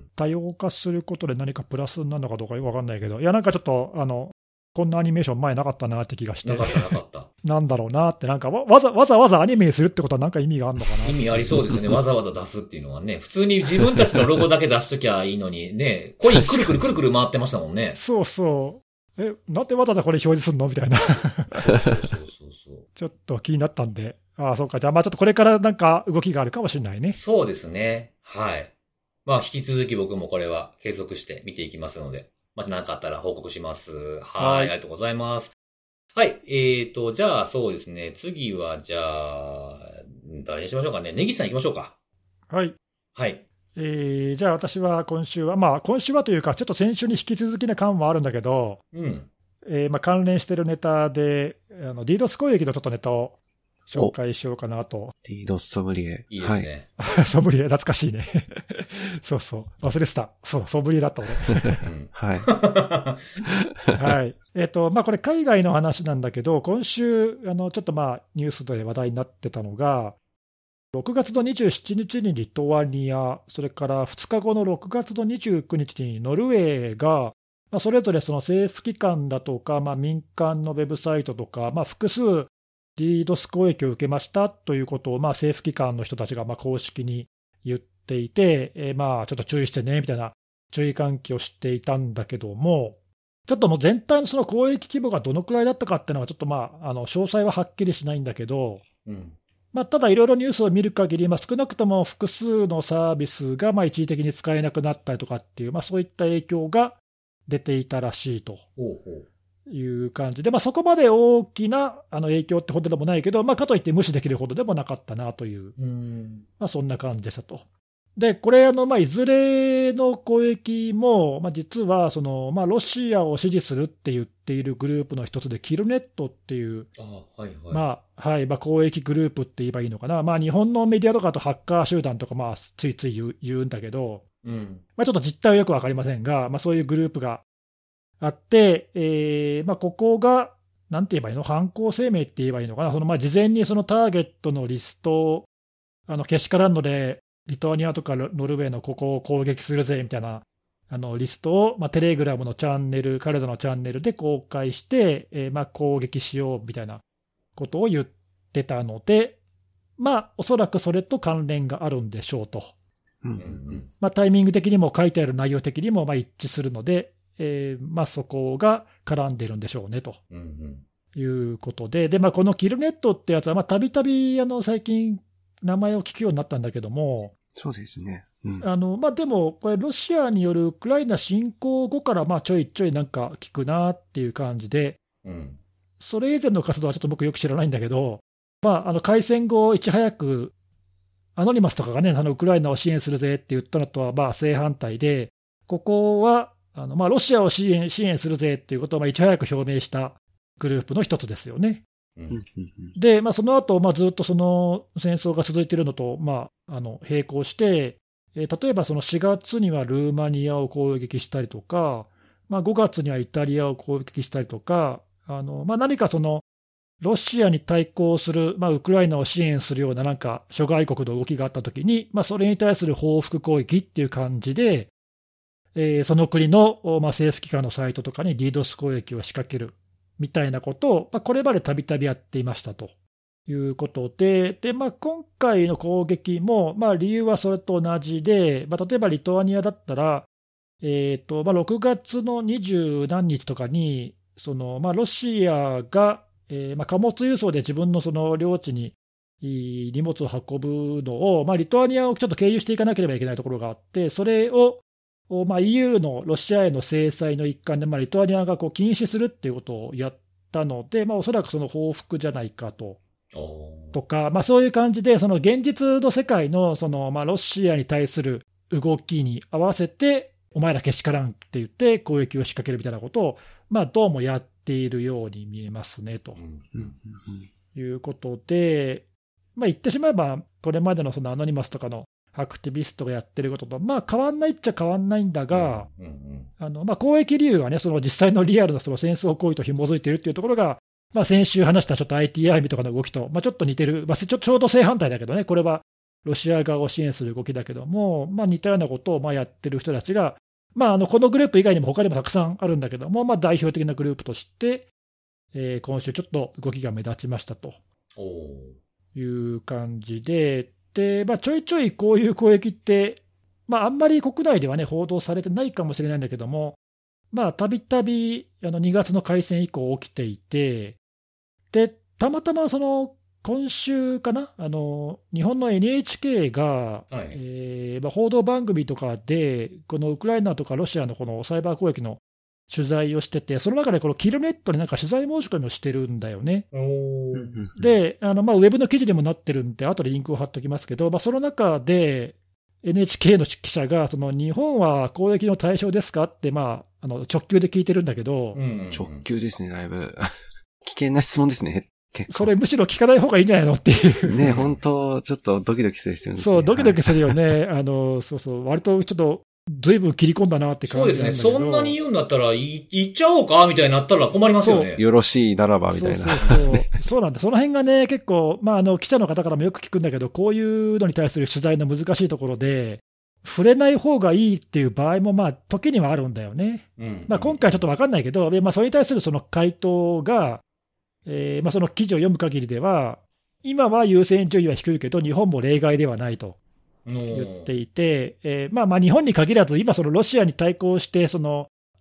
多様化することで何かプラスになるのかどうかよくわかんないけど、いやなんかちょっとあのこんなアニメーション前なかったなって気がして、 なかったなかった。 なんだろうなって、なんかわわざわざわざアニメにするってことはなんか意味があるのかな。 意味ありそうですよね。わざわざ出すっていうのはね。普通に自分たちのロゴだけ出しときゃいいのにね、コインくるくるくるくる回ってましたもんね。 そうそう。え、なんでわざわざこれ表示するのみたいな。 そうそうそうそう。 ちょっと気になったんで、ああ、そうか。じゃあまあちょっとこれからなんか動きがあるかもしれないね。 そうですね。はい。まあ引き続き僕もこれは継続して見ていきますので、また何かあったら報告します。はい。 はいありがとうございます。はい。えーと、じゃあそうですね。次はじゃあ、誰にしましょうかね。ネギさん行きましょうか。 はい。 はい。 えー、じゃあ私は今週は、まあ今週はというか、ちょっと先週に引き続きな感はあるんだけど、 うん。 えーまあ、関連してるネタで、あの DDoS 攻撃のちょっとネタを紹介しようかなと。 ディードスソムリエ。 いいですね。 ソムリエ、懐かしいね。そうそう。忘れてた。そう、ソムリエだった俺。 うんはい。ははい。えっ、と、まあ、これ海外の話なんだけど、今週、あの、ちょっとまあ、ニュースで話題になってたのが、ろくがつのにじゅうしちにちにリトアニア、それからふつかごのろくがつのにじゅうくにちにノルウェーが、まあ、それぞれその政府機関だとか、まあ、民間のウェブサイトとか、まあ、複数 DDoS 攻撃を受けましたということを、まあ、政府機関の人たちがまあ公式に言っていて、えーまあちょっと注意してねみたいな注意喚起をしていたんだけども、 ちょっともう全体のその交易規模がどのくらいだったかっていうのは、ちょっとまあ、あの詳細ははっきりしないんだけど、 うんまあ、ただいろいろニュースを見る限り、まあ、少なくとも複数のサービスがまあ一時的に使えなくなったりとかっていう、まあ、そういった影響が出ていたらしいという感じで、まあ、そこまで大きなあの影響ってほどでもないけど、まあ、かといって無視できるほどでもなかったなという、 うんまあ、そんな感じでしたと。で、これ、あのまあ、いずれの攻撃も、まあ、実はその、まあ、ロシアを支持するって言っているグループの一つで、キルネットっていう、 あはいはいまあはいまあ、攻撃グループって言えばいいのかな、まあ、日本のメディアとかだとハッカー集団とか、まあ、ついつい言う、言うんだけど、 うんまあ、ちょっと実態はよく分かりませんが、まあ、そういうグループがあって、えーまあ、ここが、なんて言えばいいの、犯行声明って言えばいいのかな、そのまあ事前にそのターゲットのリストをあのけしからんので、リトアニアとかノルウェーのここを攻撃するぜみたいなあのリストを、まあ、テレグラムのチャンネル、彼らのチャンネルで公開して、えーまあ、攻撃しようみたいなことを言ってたので、まあ、おそらくそれと関連があるんでしょうと。 うんうんうんまあ、タイミング的にも書いてある内容的にもまあ一致するので、えーまあ、そこが絡んでるんでしょうねとうんうんいうことで、でまあ、このキルネットってやつは、たびたび最近、名前を聞くようになったんだけども、 そうですね。うん。 あのまあ、でも、これ、ロシアによるウクライナ侵攻後からまあちょいちょいなんか聞くなっていう感じで、 うんそれ以前の活動はちょっと僕、よく知らないんだけど、まあ、あの開戦後、いち早く、アノニマスとかがね、あのウクライナを支援するぜって言ったのとはまあ正反対で、ここはあのまあロシアを支援支援するぜっていうことをまあいち早く表明したグループの一つですよね。 うんうんうんで、まあ、その後、まあずっとその戦争が続いているのと、まあ、あの並行して、えー例えばそのしがつにはルーマニアを攻撃したりとか、まあ、ごがつにはイタリアを攻撃したりとか、あのまあ、何かそのロシアに対抗する、まあ、ウクライナを支援するようななんか諸外国の動きがあったときに、まあ、それに対する報復攻撃っていう感じで、えーその国の、まあ、政府機関のサイトとかに ディードス 攻撃を仕掛けるみたいなことを、まあ、これまでたびたびやっていましたということで、でまあ、今回の攻撃も、まあ、理由はそれと同じで、まあ、例えばリトアニアだったら、えーとまあ、ろくがつの二十何日とかに、そのまあ、ロシアが、えーまあ、貨物輸送で自分のその領地にいい荷物を運ぶのを、まあ、リトアニアをちょっと経由していかなければいけないところがあって、それを、おまあ、イーユー のロシアへの制裁の一環で、まあ、リトアニアがこう禁止するっていうことをやったので、まあ、おそらくその報復じゃないかと。 おーとか、まあ、そういう感じで、その現実の世界のその、まあ、ロシアに対する動きに合わせて、お前らけしからんって言って攻撃を仕掛けるみたいなことを、まあ、どうもやっているように見えますねとうんうんうんいうことで、まあ、言ってしまえば、これまでのそのアノニマスとかのアクティビストがやってることと、まあ、変わんないっちゃ変わんないんだが、 うんうんあのまあ、攻撃理由がね、その実際のリアルなその戦争行為と紐づいているっていうところが、まあ、先週話したちょっと アイティーアイエム とかの動きと、まあ、ちょっと似てる、まあ、ちょちょうど正反対だけどね、これはロシア側を支援する動きだけども、まあ、似たようなことをまあやってる人たちが、まあ、あのこのグループ以外にも他にもたくさんあるんだけども、まあ、代表的なグループとして、えー今週ちょっと動きが目立ちましたとおーいう感じで、でまあ、ちょいちょいこういう攻撃って、まあ、あんまり国内では、ね、報道されてないかもしれないんだけども、たびたびにがつの開戦以降起きていて、でたまたまその今週かな、あの日本の エヌエイチケー が、 はいえーまあ、報道番組とかで、このウクライナとかロシアのこのサイバー攻撃の取材をしてて、その中でこのキルネットになんか取材申し込みをしてるんだよね。 おうんーうんで、あのまあウェブの記事にもなってるんで、後でリンクを貼っておきますけど、まあ、その中で エヌエイチケー の記者が、その日本は攻撃の対象ですかって、まあ、あの直球で聞いてるんだけど、 うんうんうん直球ですね、だいぶ。危険な質問ですね。結構。 それむしろ聞かない方がいいんじゃないのっていう。 ね、本当ちょっとドキドキする質問ですね。 そう、ドキドキはいするよね。あの、そうそう、割とちょっと、ずいぶん切り込んだなってそうですね。 感じなんだけど。 そんなに言うんだったら、い言っちゃおうかみたいになったら困りますよね。 よろしいならば、みたいな。 そうそうそう。そうなんだ。その辺がね、結構、まあ、あの、記者の方からもよく聞くんだけど、こういうのに対する取材の難しいところで、触れない方がいいっていう場合も、まあ、時にはあるんだよね。 うんまあ、今回ちょっと分かんないけど、でまあ、それに対するその回答が、えーまあ、その記事を読む限りでは、今は優先順位は低いけど、日本も例外ではないと言っていて、えーまあ、まあ日本に限らず、今、そのロシアに対抗して、その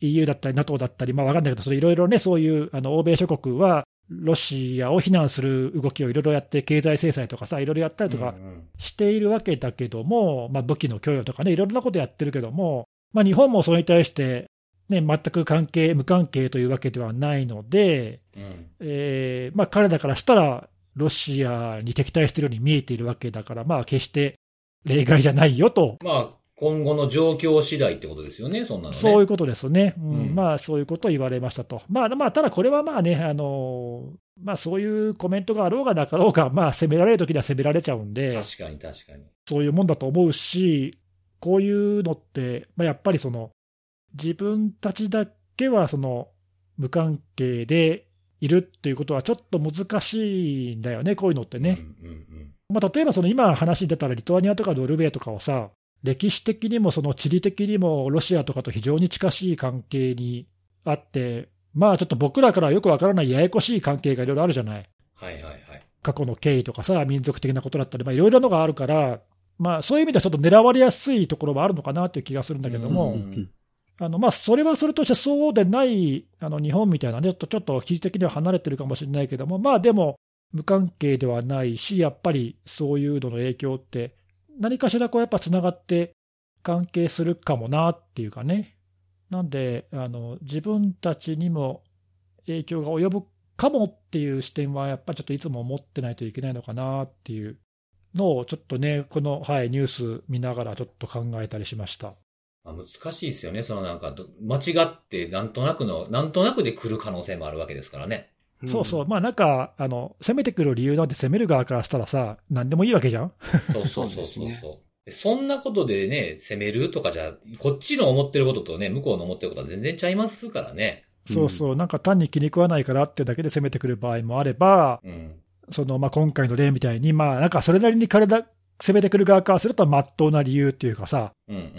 イーユー だったり ナトー だったり、まあ、わかんないけど、それいろいろね、そういうあの欧米諸国は、ロシアを非難する動きをいろいろやって、経済制裁とかさ、いろいろやったりとかしているわけだけども、うんうん、まあ、武器の供与とかね、いろいろなことやってるけども、まあ、日本もそれに対して、ね、全く関係、無関係というわけではないので、うんえーまあ、彼らからしたら、ロシアに敵対しているように見えているわけだから、まあ、決して例外じゃないよと。 まあ、今後の状況次第ってことですよね、そんなのね。 そういうことですね。うんうん、 まあ、そういうことを言われましたと。まあ、まあ、ただこれはまあね、あの、まあ、そういうコメントがあろうがなかろうが、まあ、責められるときには責められちゃうんで。 確かに確かに。 そういうもんだと思うし、こういうのって、まあ、やっぱりその、自分たちだけはその、無関係でいるっていうことはちょっと難しいんだよね、こういうのってね。うんうんうんまあ、例えばその今話に出たらリトアニアとかノルウェーとかをさ、歴史的にもその地理的にもロシアとかと非常に近しい関係にあって、まあちょっと僕らからはよくわからないややこしい関係がいろいろあるじゃない。 はいはいはい。 過去の経緯とかさ、民族的なことだったり、まあいろいろなのがあるから、まあそういう意味ではちょっと狙われやすいところはあるのかなという気がするんだけども、あのまあそれはそれとしてそうでないあの日本みたいなね、ちょっと地理的には離れてるかもしれないけども、まあでも無関係ではないし、やっぱりそういうのの影響って、何かしらこうやっぱつながって関係するかもなっていうかね、なんであの自分たちにも影響が及ぶかもっていう視点は、やっぱりちょっといつも持ってないといけないのかなっていうのを、ちょっとね、この、はい、ニュース見ながらちょっと考えたりしました。 難しいですよね、そのなんか、間違ってなんとなくの、なんとなくで来る可能性もあるわけですからね。 そうそう、まあなんか、あの攻めてくる理由なんて、攻める側からしたらさ、なんでもいいわけじゃん。 そうそうそうそうそう。そんなことでね、攻めるとかじゃ、こっちの思ってることとね、向こうの思ってることは全然ちゃいますからね。 そうそう、なんか単に気に食わないからってだけで攻めてくる場合もあれば、うん、そのまあ今回の例みたいに、まあなんかそれなりに体攻めてくる側からすると、まっとうな理由っていうかさ、うんうんうんうん、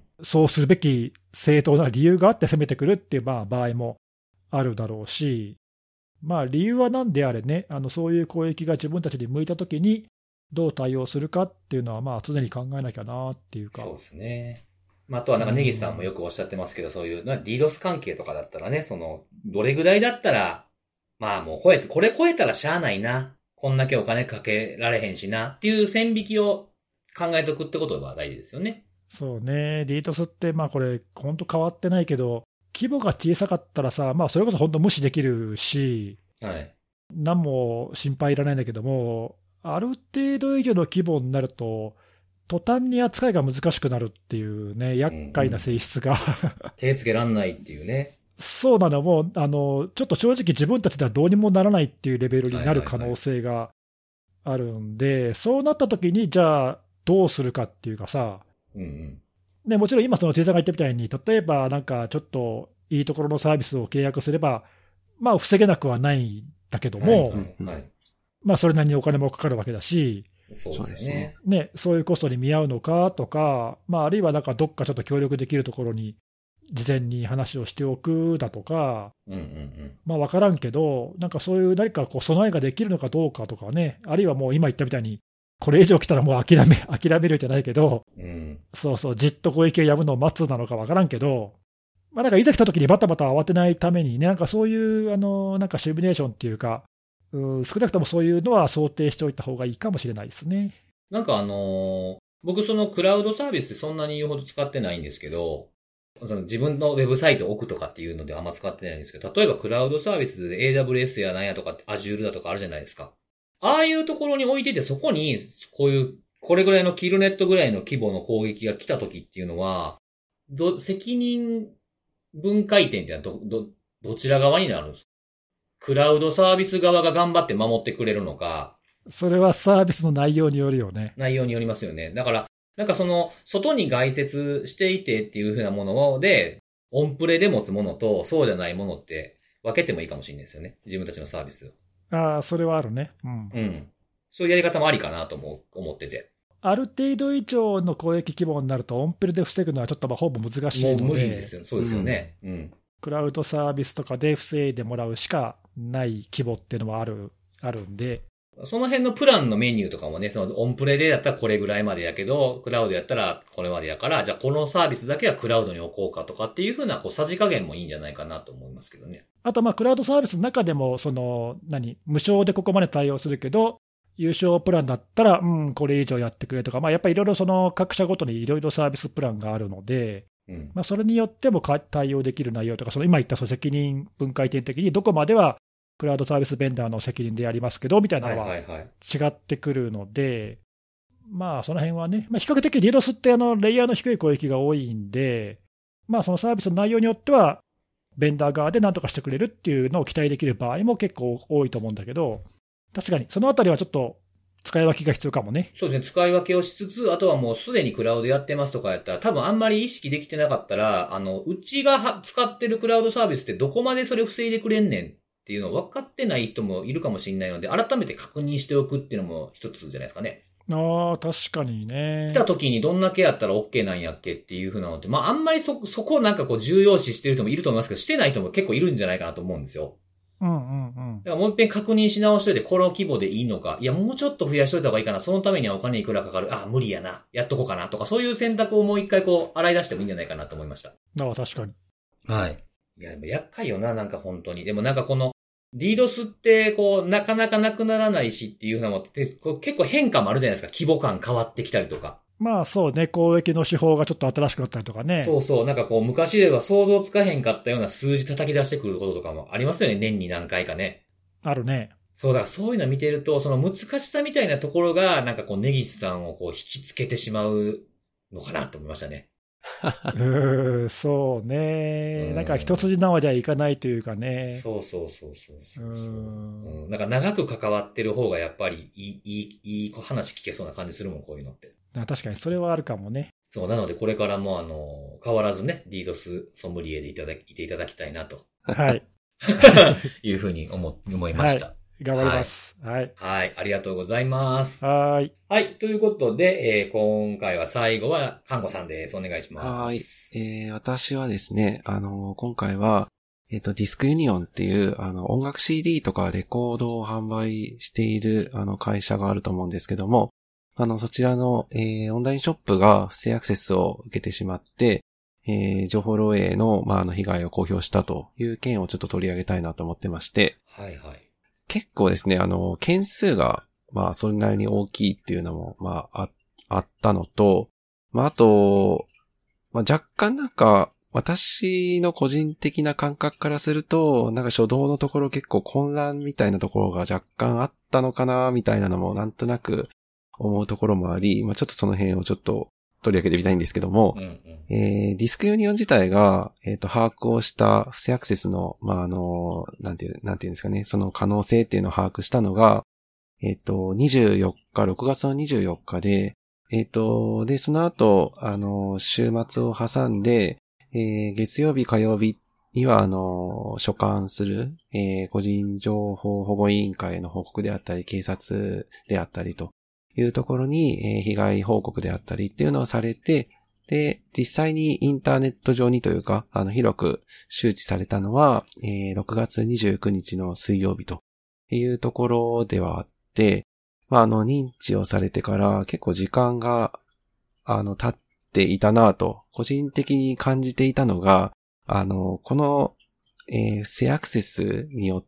そうするべき正当な理由があって攻めてくるっていうまあ場合もあるだろうし、まあ理由はなんであれね、あのそういう攻撃が自分たちに向いたときに、どう対応するかっていうのは、まあ常に考えなきゃなっていうか。 そうですね。まあ、あとはなんかネギさんもよくおっしゃってますけど、そういう、ディードス 関係とかだったらね、その、どれぐらいだったら、まあもう超えて、これ超えたらしゃあないな。こんだけお金かけられへんしな。っていう線引きを考えておくってことが大事ですよね。 そうね。ディードス って、まあこれ、本当変わってないけど、規模が小さかったらさ、まあそれこそ本当無視できるし、はい。何も心配いらないんだけども、ある程度以上の規模になると、途端に扱いが難しくなるっていうね、厄介な性質が、 うん、手つけらんないっていうね。 そうなの、もうあのちょっと正直自分たちではどうにもならないっていうレベルになる可能性があるんで、はいはいはい、そうなった時にじゃあどうするかっていうかさ、うんうんね、もちろん今その知恵さんが言ったみたいに、例えばなんかちょっといいところのサービスを契約すれば、まあ防げなくはないんだけども、はいはいはい、まあそれなりにお金もかかるわけだし、 そうですね。 ね、そういうコストに見合うのかとか、まあ、あるいはなんかどっかちょっと協力できるところに事前に話をしておくだとか、うんうんうん、まあ分からんけど、なんかそういう何かこう備えができるのかどうかとかね、あるいはもう今言ったみたいに、これ以上来たらもう諦め、諦めるじゃないけど、うん、そうそう、じっと攻撃をやむのを待つなのか分からんけど、まあ、なんかいざ来た時にバタバタ慌てないためにね、なんかそういうあのなんかシミュレーションっていうか、うん、少なくともそういうのは想定しておいた方がいいかもしれないですね。 なんかあのー、僕そのクラウドサービスってそんなに言うほど使ってないんですけど、その自分のウェブサイトを置くとかっていうのであんま使ってないんですけど、例えばクラウドサービスで エーダブリューエス やなんやとか Azure だとかあるじゃないですか。ああいうところに置いてて、そこにこういうこれぐらいのキルネットぐらいの規模の攻撃が来た時っていうのは、ど責任分解点ってのはどどどちら側になるんですか？クラウドサービス側が頑張って守ってくれるのか。 それはサービスの内容によるよね。 内容によりますよね。だから、なんかその、外に外接していてっていう風なもので、オンプレで持つものと、そうじゃないものって分けてもいいかもしれないですよね。自分たちのサービスを。ああ、それはあるね。うん。 うん。そういうやり方もありかなとも思ってて。 ある程度以上の攻撃規模になると、オンプレで防ぐのはちょっとまあほぼ難しいので。 もう無理ですよ。そうですよね。うん。うんクラウドサービスとかで防いでもらうしかない規模っていうのはある、あるんで。 その辺のプランのメニューとかもね、そのオンプレでやったらこれぐらいまでやけど、クラウドやったらこれまでやから、じゃあこのサービスだけはクラウドに置こうかとかっていう風なこうさじ加減もいいんじゃないかなと思いますけどね。 あと、まあ、クラウドサービスの中でも、その、何、無償でここまで対応するけど、有償プランだったら、うん、これ以上やってくれとか、まあ、やっぱりいろいろその各社ごとにいろいろサービスプランがあるので、うん、まあ、それによっても対応できる内容とか、その今言ったその責任分解点的にどこまではクラウドサービスベンダーの責任でやりますけど、みたいなのは違ってくるので、まあ、その辺はね、まあ、比較的 DDoS ってあのレイヤーの低い攻撃が多いんで、まあ、そのサービスの内容によっては、ベンダー側で何とかしてくれるっていうのを期待できる場合も結構多いと思うんだけど、確かにそのあたりはちょっと使い分けが必要かもね。 そうですね。使い分けをしつつ、あとはもうすでにクラウドやってますとかやったら、多分あんまり意識できてなかったら、あの、うちが使ってるクラウドサービスってどこまでそれを防いでくれんねんっていうのを分かってない人もいるかもしれないので、改めて確認しておくっていうのも一つじゃないですかね。 ああ、確かにね。 来た時にどんだけやったら OK なんやっけっていう風なのって、まああんまりそ、そこをなんかこう重要視してる人もいると思いますけど、してない人も結構いるんじゃないかなと思うんですよ。 うんうんうん。 だからもう一遍確認し直しといて、この規模でいいのか、いやもうちょっと増やしといた方がいいかな、そのためにはお金いくらかかる、あ、無理やな、やっとこうかなとか、そういう選択をもう一回こう洗い出してもいいんじゃないかなと思いました。 ああ、確かに。 はい。いや、でも厄介よな、なんか本当に。でもなんかこの、DDoS ってこう、なかなかなくならないしっていうのも結構変化もあるじゃないですか。規模感変わってきたりとか。 まあそうね、攻撃の手法がちょっと新しくなったりとかね。 そうそう。なんかこう、昔では想像つかへんかったような数字叩き出してくることとかもありますよね。年に何回かね。 あるね。 そうだ、そういうの見てると、その難しさみたいなところが、なんかこう、ネギスさんをこう、引きつけてしまうのかなと思いましたね。 うーそうね。なんか一筋縄じゃいかないというかね。 そうそうそうそうそう。うん。なんか長く関わってる方がやっぱりいい、いい、いい話聞けそうな感じするもん、こういうのって。 確かにそれはあるかもね。 そう、なのでこれからもあの、変わらずね、DDoS ソムリエでいただき、いていただきたいなと。 はい。 いうふうに思、思いました。 はい、頑張ります、はい。 はい。はい。ありがとうございます。 はい。 はい。ということで、えー、今回は最後は、看護さんです。お願いします。 はい。えー、私はですね、あの、今回は、えっと、ディスクユニオンっていう、あの、音楽 シーディー とかレコードを販売している、あの、会社があると思うんですけども、あの、そちらの、えー、オンラインショップが不正アクセスを受けてしまって、えー、情報漏洩の、まあ、あの、被害を公表したという件をちょっと取り上げたいなと思ってまして。 はいはい。 結構ですね、あの、件数が、まあ、それなりに大きいっていうのも、まあ、あ、あったのと、まあ、あと、まあ、若干なんか、私の個人的な感覚からすると、なんか初動のところ結構混乱みたいなところが若干あったのかな、みたいなのもなんとなく思うところもあり、まあ、ちょっとその辺をちょっと取り上げてみたいんですけども、うんうん、えー、ディスクユニオン自体が、えっと、把握をした不正アクセスの、まあ、あの、なんていう、なんていうんですかね、その可能性っていうのを把握したのが、えっと、にじゅうよっか、ろくがつのにじゅうよっかで、えっと、で、その後、あの、週末を挟んで、えー、月曜日、火曜日には、あの、所管する、えー、個人情報保護委員会の報告であったり、警察であったりというところに、えー、被害報告であったりっていうのをされて、で、実際にインターネット上にというか、あの、広く周知されたのは、えー、ろくがつにじゅうくにちの水曜日というところではあって、まあ、あの、認知をされてから結構時間が、あの、経っていたなぁと、個人的に感じていたのが、あの、この、えー、不正アクセスによって、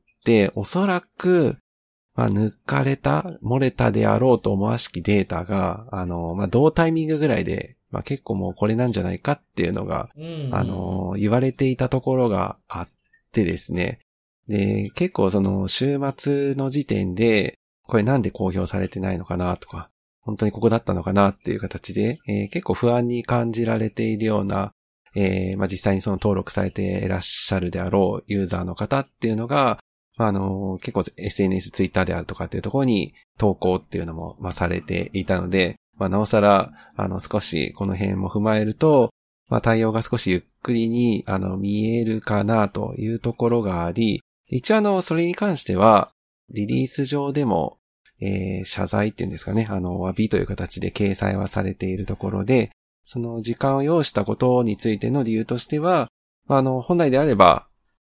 おそらく、まあ、抜かれた、漏れたであろうと思わしきデータが、あの、まあ、同タイミングぐらいで、まあ、結構もうこれなんじゃないかっていうのが、うんうん、あの、言われていたところがあってですね。で、結構その、週末の時点で、これなんで公表されてないのかなとか、本当にここだったのかなっていう形で、えー、結構不安に感じられているような、えー、まあ、実際にその登録されていらっしゃるであろうユーザーの方っていうのが、まあ、あの、結構 エスエヌエス、ツイッターであるとかっていうところに投稿っていうのも、まあ、されていたので、まあ、なおさら、あの、少しこの辺も踏まえると、まあ、対応が少しゆっくりに、あの、見えるかなというところがあり、一応あの、それに関しては、リリース上でも、えー、謝罪っていうんですかね、あの、詫びという形で掲載はされているところで、その時間を要したことについての理由としては、あの、本来であれば、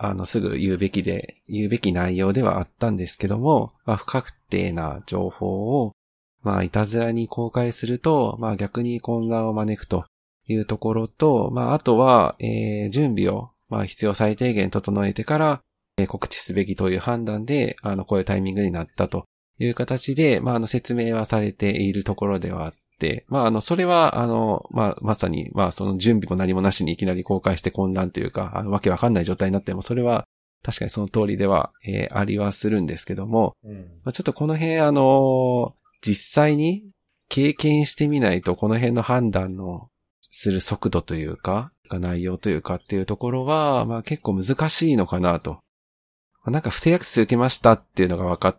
あの、すぐ言うべきで、言うべき内容ではあったんですけども、まあ、不確定な情報を、まあ、いたずらに公開すると、まあ、逆に混乱を招くというところと、まあ、あとは、えー、準備を、まあ、必要最低限整えてから、えー、告知すべきという判断で、あの、こういうタイミングになったという形で、まあ、あの、説明はされているところではあって、まあ、あの、それは、あの、まあ、まさに、まあ、その準備も何もなしにいきなり公開して混乱というか、あの、わけわかんない状態になっても、それは、確かにその通りでは、えー、ありはするんですけども、うんまあ、ちょっとこの辺、あの、実際に経験してみないと、この辺の判断のする速度というか、内容というかっていうところは、まあ結構難しいのかなと。なんか不正アクセス受けましたっていうのが分かって、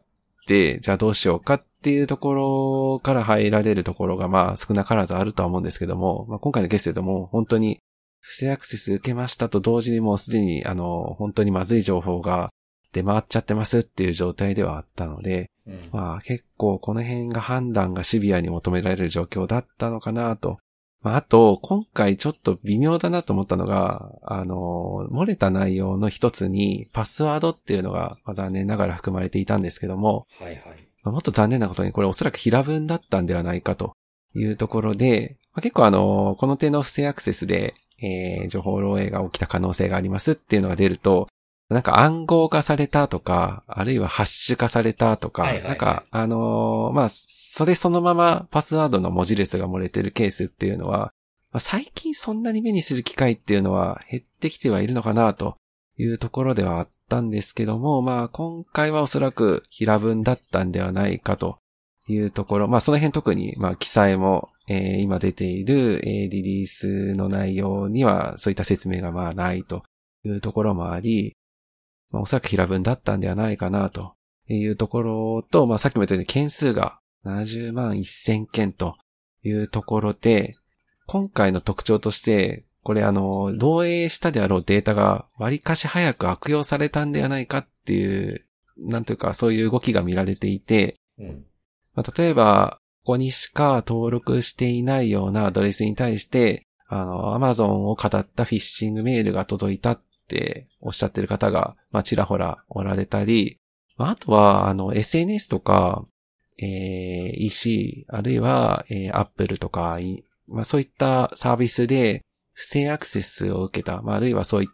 じゃあどうしようかっていうところから入られるところがまあ少なからずあるとは思うんですけども、まあ今回のケースでも本当に不正アクセス受けましたと同時にもうすでにあの本当にまずい情報が出回っちゃってますっていう状態ではあったので、うん、まあ結構この辺が判断がシビアに求められる状況だったのかなと。まああと今回ちょっと微妙だなと思ったのが、あの、漏れた内容の一つにパスワードっていうのが、まあ、残念ながら含まれていたんですけども、 はいはい。 まあ、もっと残念なことにこれおそらく平文だったんではないかというところで、まあ、結構あの、この手の不正アクセスで、えー、情報漏洩が起きた可能性がありますっていうのが出ると、なんか暗号化されたとか、あるいはハッシュ化されたとか、はいはいはい、なんか、あのー、まあ、それそのままパスワードの文字列が漏れてるケースっていうのは、まあ、最近そんなに目にする機会っていうのは減ってきてはいるのかなというところではあったんですけども、まあ、今回はおそらく平文だったんではないかというところ、まあ、その辺特に、まあ、記載も、えー、今出ている、えー、リリースの内容にはそういった説明がまあないというところもあり、まあ、おそらく平文だったんではないかなというところと、まあさっきも言ったように件数がななじゅうまんせんけんというところで、今回の特徴として、これあの、漏洩したであろうデータが割かし早く悪用されたんではないかっていう、なんというかそういう動きが見られていて、うんまあ、例えば、ここにしか登録していないようなアドレスに対して、あの、Amazon を語ったフィッシングメールが届いたっておっしゃってる方が、まあ、ちらほらおられたり、あとは、あの、エスエヌエス とか、えー、イーシー、あるいは、えー、Apple とか、まあ、そういったサービスで不正アクセスを受けた、まあ、あるいはそういった、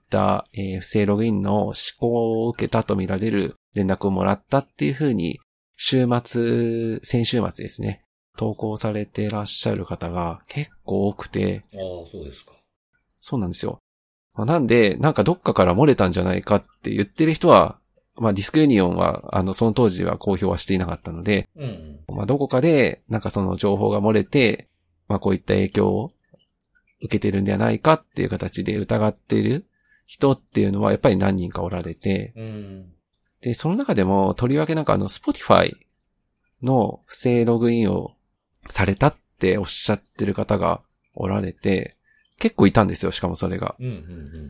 えー、不正ログインの施行を受けたとみられる連絡をもらったっていうふうに、週末、先週末ですね、投稿されてらっしゃる方が結構多くて。 ああ、そうですか。 そうなんですよ。まあ、なんで、なんかどっかから漏れたんじゃないかって言ってる人は、まあディスクユニオンは、あの、その当時は公表はしていなかったので、うんうん、まあどこかで、なんかその情報が漏れて、まあこういった影響を受けてるんではないかっていう形で疑っている人っていうのはやっぱり何人かおられて、うん、で、その中でも、とりわけなんかあの、Spotify の不正ログインをされたっておっしゃってる方がおられて、結構いたんですよ、しかもそれが。うんうんうん、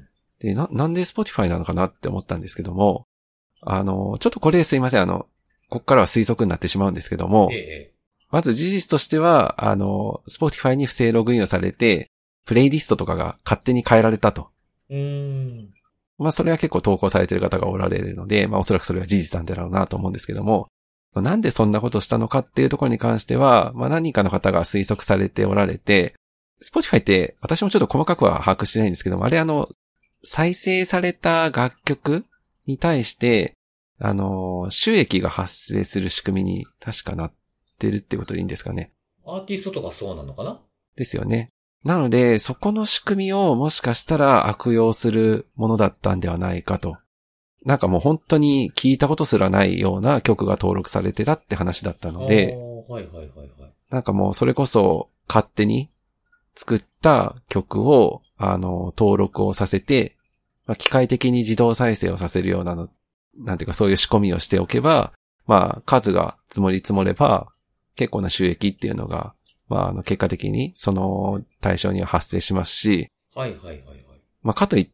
で、な、なんで Spotify なのかなって思ったんですけども、あの、ちょっとこれすいません、あの、こっからは推測になってしまうんですけども、ええ、まず事実としては、あの、Spotify に不正ログインをされて、プレイリストとかが勝手に変えられたと。うーん。まあそれは結構投稿されている方がおられるので、まあおそらくそれは事実なんだろうなと思うんですけども、まあ、なんでそんなことしたのかっていうところに関しては、まあ何人かの方が推測されておられて、Spotify って私もちょっと細かくは把握してないんですけども、あれあの、再生された楽曲に対して、あの、収益が発生する仕組みに確かなってるってことでいいんですかね。 アーティストとかそうなのかな？ ですよね。なので、そこの仕組みをもしかしたら悪用するものだったんではないかと。なんかもう本当に聞いたことすらないような曲が登録されてたって話だったので、 はいはいはいはい、 なんかもうそれこそ勝手に作った曲を、あの、登録をさせて、まあ、機械的に自動再生をさせるようなの、なんていうかそういう仕込みをしておけば、まあ、数が積もり積もれば、結構な収益っていうのが、まあ、あの、結果的にその対象には発生しますし、 はいはいはいはい。 まあ、かといって、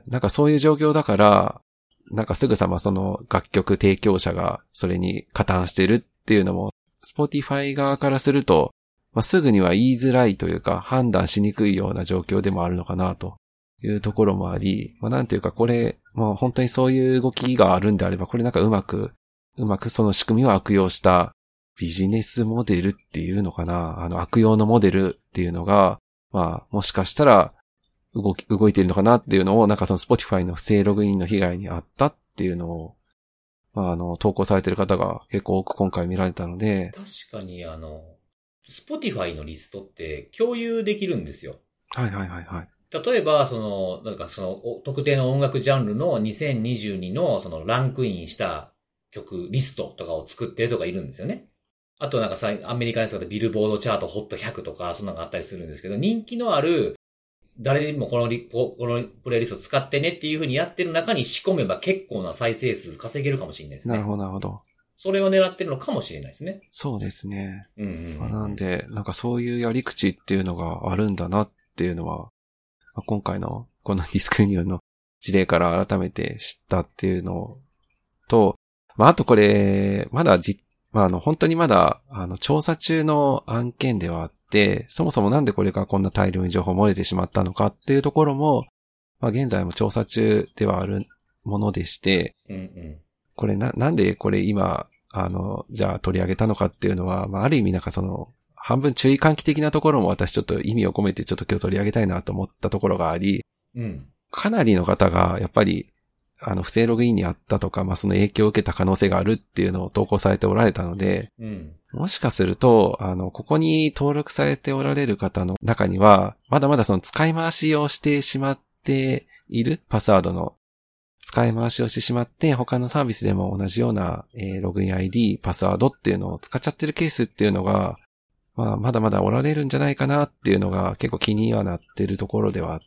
なんかそういう状況だから、なんかすぐさまその楽曲提供者がそれに加担してるっていうのも、Spotify 側からすると、まあ、すぐには言いづらいというか判断しにくいような状況でもあるのかなというところもあり、まあなんていうかこれ、もう本当にそういう動きがあるんであれば、これなんかうまく、うまくその仕組みを悪用したビジネスモデルっていうのかな、あの悪用のモデルっていうのが、まあもしかしたら動き、動いているのかなっていうのを、なんかその Spotify の不正ログインの被害にあったっていうのを、まああの投稿されている方が結構多く今回見られたので。 確かにあの、Spotify のリストって共有できるんですよ。 はいはいはいはい。 例えば、その、なんかその、特定の音楽ジャンルのにせんにじゅうにのそのランクインした曲リストとかを作ってるとかいるんですよね。あとなんかさ、アメリカのやつだとビルボードチャートホットひゃくとか、そんなのがあったりするんですけど、人気のある、誰にもこのリ、このプレイリスト使ってねっていう風にやってる中に仕込めば結構な再生数稼げるかもしれないですね。 なるほどなるほど。それを狙ってるのかもしれないですね。 そうですね。 うんうんうんうん、 なんで、なんかそういうやり口っていうのがあるんだなっていうのは、今回のこのディスクユニオンの事例から改めて知ったっていうのと、まあ、あとこれ、まだじ、まあ、あの、本当にまだ、あの、調査中の案件ではあって、そもそもなんでこれがこんな大量に情報漏れてしまったのかっていうところも、まあ、現在も調査中ではあるものでして、 うんうん、 これな、なんでこれ今、あの、じゃあ取り上げたのかっていうのは、まあ、ある意味なんかその、半分注意喚起的なところも私ちょっと意味を込めてちょっと今日取り上げたいなと思ったところがあり、 うん、 かなりの方がやっぱりあの不正ログインにあったとか、まあその影響を受けた可能性があるっていうのを投稿されておられたので、 うん、 もしかするとあのここに登録されておられる方の中にはまだまだその使い回しをしてしまっているパスワードの使い回しをしてしまって他のサービスでも同じような、えー、ログイン アイディー、パスワードっていうのを使っちゃってるケースっていうのがまあ、まだまだおられるんじゃないかなっていうのが結構気にはなってるところではあって、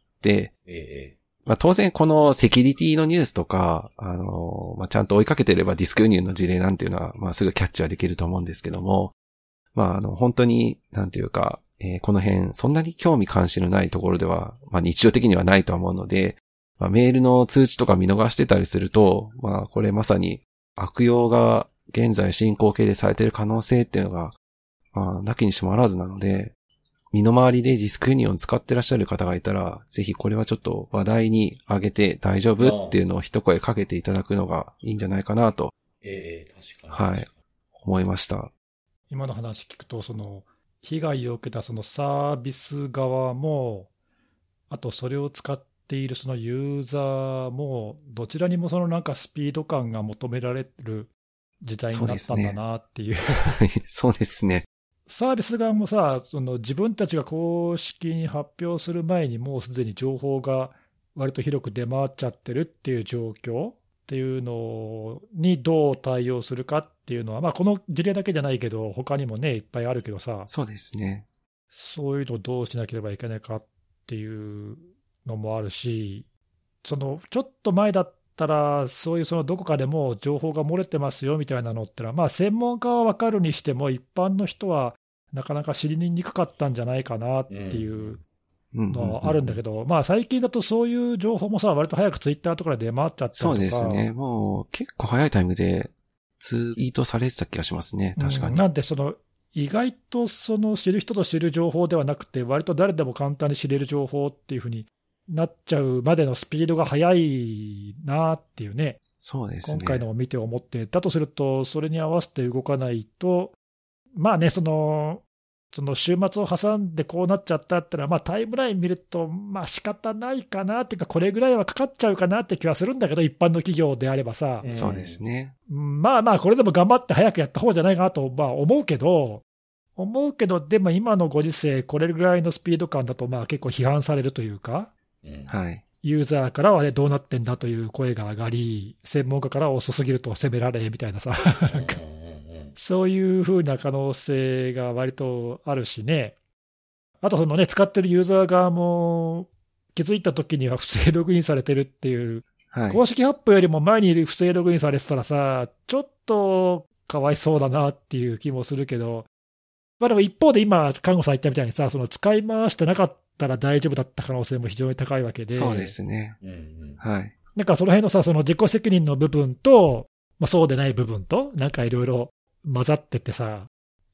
ええ、 まあ当然このセキュリティのニュースとか、あの、まあちゃんと追いかけてればディスクユニオンの事例なんていうのは、まあすぐキャッチはできると思うんですけども、まああの、本当に、なんていうか、えー、この辺、そんなに興味関心のないところでは、まあ日常的にはないとは思うので、まあメールの通知とか見逃してたりすると、まあこれまさに悪用が現在進行形でされている可能性っていうのが、まあ、なきにしもあらずなので、身の回りでディスクユニオン使ってらっしゃる方がいたら、ぜひこれはちょっと話題に上げて大丈夫っていうのを一声かけていただくのがいいんじゃないかなと。 ええ、確かに。 はい。思いました。 今の話聞くと、その、被害を受けたそのサービス側も、あとそれを使っているそのユーザーも、どちらにもそのなんかスピード感が求められる時代になったんだなっていう。 そうですね。 サービス側もさ、その自分たちが公式に発表する前にもうすでに情報が割と広く出回っちゃってるっていう状況っていうのにどう対応するかっていうのは、まあこの事例だけじゃないけど、他にもね、いっぱいあるけどさ、 そうですね。 そういうのをどうしなければいけないかっていうのもあるし、そのちょっと前だったら、そういうそのどこかでも情報が漏れてますよみたいなのってのは、まあ専門家は分かるにしても、一般の人はなかなか知りにくかったんじゃないかなっていうのはあるんだけど、まあ最近だとそういう情報もさ、割と早くツイッターとかで出回っちゃったりとか。 そうですね。もう結構早いタイムでツイートされてた気がしますね。確かに。 うん、なんでその、意外とその知る人と知る情報ではなくて、割と誰でも簡単に知れる情報っていうふうになっちゃうまでのスピードが速いなっていうね。 そうですね。 今回のを見て思って、だとすると、それに合わせて動かないと、まあね、その、その週末を挟んでこうなっちゃったってのは、まあタイムライン見ると、まあ仕方ないかなっていうか、これぐらいはかかっちゃうかなって気はするんだけど、一般の企業であればさ。 そうですね。 まあまあ、これでも頑張って早くやった方じゃないかなと、まあ思うけど、思うけど、でも今のご時世、これぐらいのスピード感だと、まあ結構批判されるというか、 はい。 ユーザーからはね、どうなってんだという声が上がり、専門家からは遅すぎると責められみたいなさ、なんか、そういうふうな可能性が割とあるしね。あとそのね、使ってるユーザー側も気づいたときには不正ログインされてるっていう、 はい、 公式発表よりも前に不正ログインされてたらさ、ちょっとかわいそうだなっていう気もするけど、まあでも一方で今、看護さん言ったみたいにさ、その使い回してなかったら大丈夫だった可能性も非常に高いわけで。 そうですね。うんうん、はい。 なんかその辺のさ、その自己責任の部分と、まあそうでない部分と、なんかいろいろ混ざっててさ、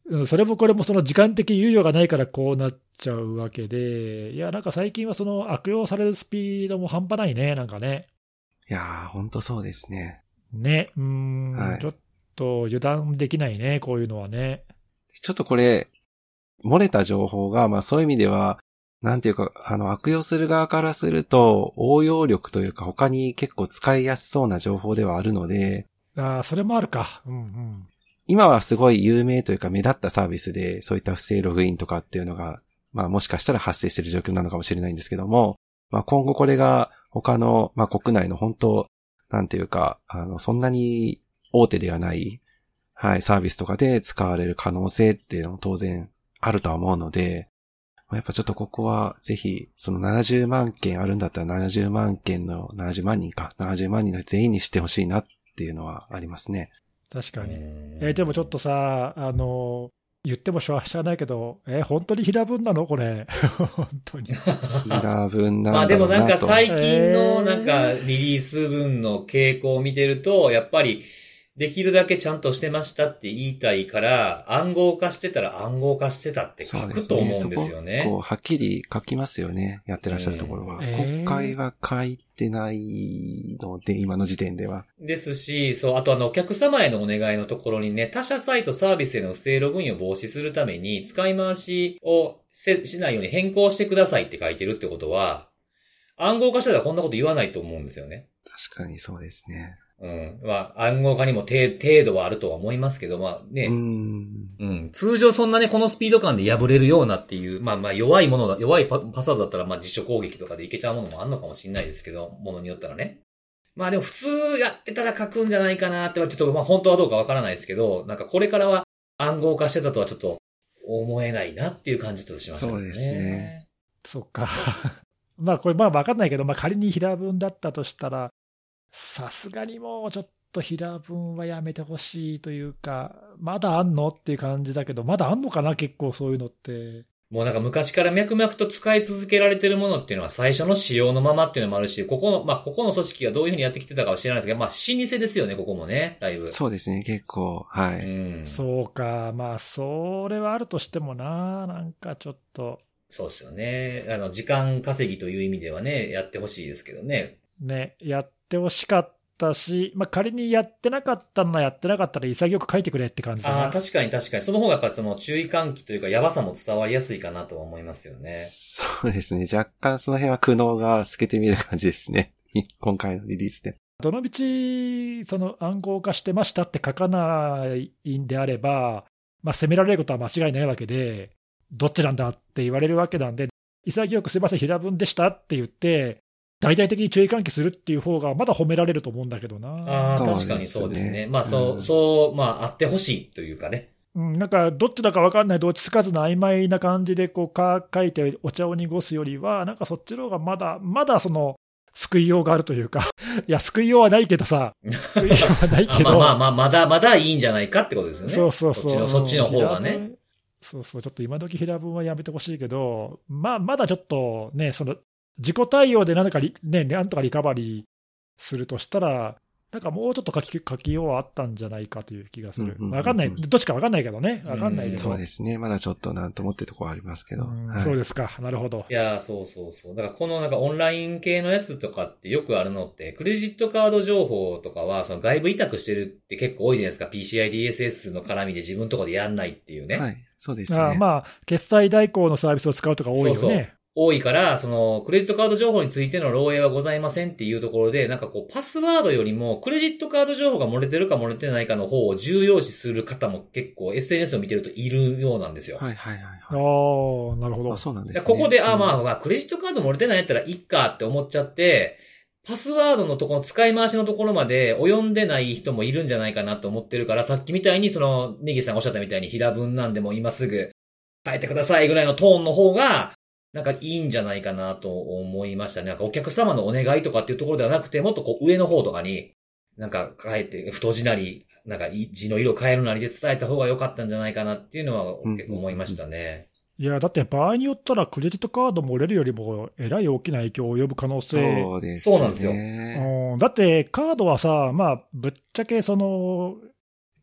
うん、それもこれもその時間的猶予がないからこうなっちゃうわけで、いや、なんか最近はその悪用されるスピードも半端ないね、なんかね。 いやー、ほんとそうですね。 ね、うーん、 はい、 ちょっと油断できないね、こういうのはね。 ちょっとこれ、漏れた情報が、まあそういう意味では、なんていうか、あの、悪用する側からすると、応用力というか他に結構使いやすそうな情報ではあるので、 ああ、それもあるか。うんうん。 今はすごい有名というか目立ったサービスで、そういった不正ログインとかっていうのが、まあもしかしたら発生する状況なのかもしれないんですけども、まあ今後これが他の、まあ国内の本当、なんていうか、あの、そんなに大手ではない、はい、サービスとかで使われる可能性っていうのも当然あるとは思うので、やっぱちょっとここはぜひ、そのななじゅうまんけんあるんだったらななじゅうまんけんのななじゅうまんにんか、ななじゅうまんにんの全員にしてほしいなっていうのはありますね。 確かに。えー、でもちょっとさ、あの、言ってもしょうがないけど、えー、本当に平文なのこれ。本当に。 平文なんだろうなと。 まあでもなんか最近のなんかリリース分の傾向を見てると、やっぱりできるだけちゃんとしてましたって言いたいから、暗号化してたら暗号化してたって書くと思うんですよね。 こうはっきり書きますよね。やってらっしゃるところは。えー、今回は書いてないので、今の時点では。 ですし、そう、あとあのお客様へのお願いのところにね、他社サイトサービスへの不正ログインを防止するために、使い回しをせしないように変更してくださいって書いてるってことは、暗号化してたらこんなこと言わないと思うんですよね。 確かにそうですね。 うん。まあ、暗号化にも程度はあるとは思いますけど、まあね。 うん。 うん。通常そんなね、このスピード感で破れるようなっていう、まあまあ弱いものだ、弱い パ, パスワードだったら、まあ自主攻撃とかでいけちゃうものもあるのかもしれないですけど、ものによったらね。まあでも普通やってたら書くんじゃないかなっては、ちょっとまあ本当はどうかわからないですけど、なんかこれからは暗号化してたとはちょっと思えないなっていう感じとしましたね。 そうですね。 そっか。まあこれまあわかんないけど、まあ仮に平文だったとしたら、さすがにもうちょっと、と平文はやめてほしいというか、まだあんのっていう感じだけど、まだあんのかな、結構そういうのって。 もうなんか昔から脈々と使い続けられてるものっていうのは最初の仕様のままっていうのもあるし、ここの、まあここの組織がどういうふうにやってきてたかは知らないですけど、まあ老舗ですよね、ここもね、だいぶ。 そうですね、結構、はい。 うん、そうか、まあそれはあるとしてもな、なんかちょっと。 そうですよね。あの、時間稼ぎという意味ではね、やってほしいですけどね。 ね、やってほしかった。し、まあ、仮にやってなかったのはやってなかったら潔く書いてくれって感じだな。 ああ、確かに確かに。その方がやっぱその注意喚起というかやばさも伝わりやすいかなとは思いますよね。 そうですね。若干その辺は苦悩が透けて見える感じですね。今回のリリースで。 どのみち、その暗号化してましたって書かないんであれば、まあ、責められることは間違いないわけで、どっちなんだって言われるわけなんで、潔くすいません、平文でしたって言って、大々的に注意喚起するっていう方がまだ褒められると思うんだけどな。 ああ、確かにそうですね。まあそう、うん、そう、まああってほしいというかね。 うん、なんかどっちだか分かんない、どっちつかずの曖昧な感じでこうか書いてお茶を濁すよりは、なんかそっちの方がまだ、まだその救いようがあるというか、いや、救いようはないけどさ、救いようはないけど。 まあまあまあ、まだまだいいんじゃないかってことですよね。 そうそうそう。 そっちの、そっちの方がね。 そうそう、ちょっと今時平文はやめてほしいけど、まあまだちょっとね、その、自己対応で何かリ、ね、なんとかリカバリーするとしたら、なんかもうちょっと書き、書きようはあったんじゃないかという気がする。わかんない。どっちかわかんないけどね。わかんないけど。 そうですね。まだちょっとなんともってところありますけど、 はい。そうですか。なるほど。 いや、そうそうそう。だからこのなんかオンライン系のやつとかってよくあるのって、クレジットカード情報とかは、その外部委託してるって結構多いじゃないですか。ピーシーアイディーエスエス の絡みで自分のところでやんないっていうね。 はい。そうですね。 あまあ、決済代行のサービスを使うとか多いよね。そうそう多いから、その、クレジットカード情報についての漏洩はございませんっていうところで、なんかこう、パスワードよりも、クレジットカード情報が漏れてるか漏れてないかの方を重要視する方も結構 エスエヌエス を見てるといるようなんですよ。 はいはいはい、はい。ああ、なるほど。 あ、そうなんですね。 ここで、あ、まあまあ、クレジットカード漏れてないやったらいいかって思っちゃって、パスワードのところ、使い回しのところまで及んでない人もいるんじゃないかなと思ってるから、さっきみたいにその、ネギさんがおっしゃったみたいに平文なんでも今すぐ変えてくださいぐらいのトーンの方が、なんかいいんじゃないかなと思いましたね。なんかお客様のお願いとかっていうところではなくて、もっとこう上の方とかに、なんか変えて、太字なり、なんか字の色変えるなりで伝えた方が良かったんじゃないかなっていうのは結構思いましたね。 いや、だって場合によったらクレジットカード漏れるよりもえらい大きな影響を及ぶ可能性。 そうですね。 そうなんですよ。 うん、だってカードはさ、まあぶっちゃけその、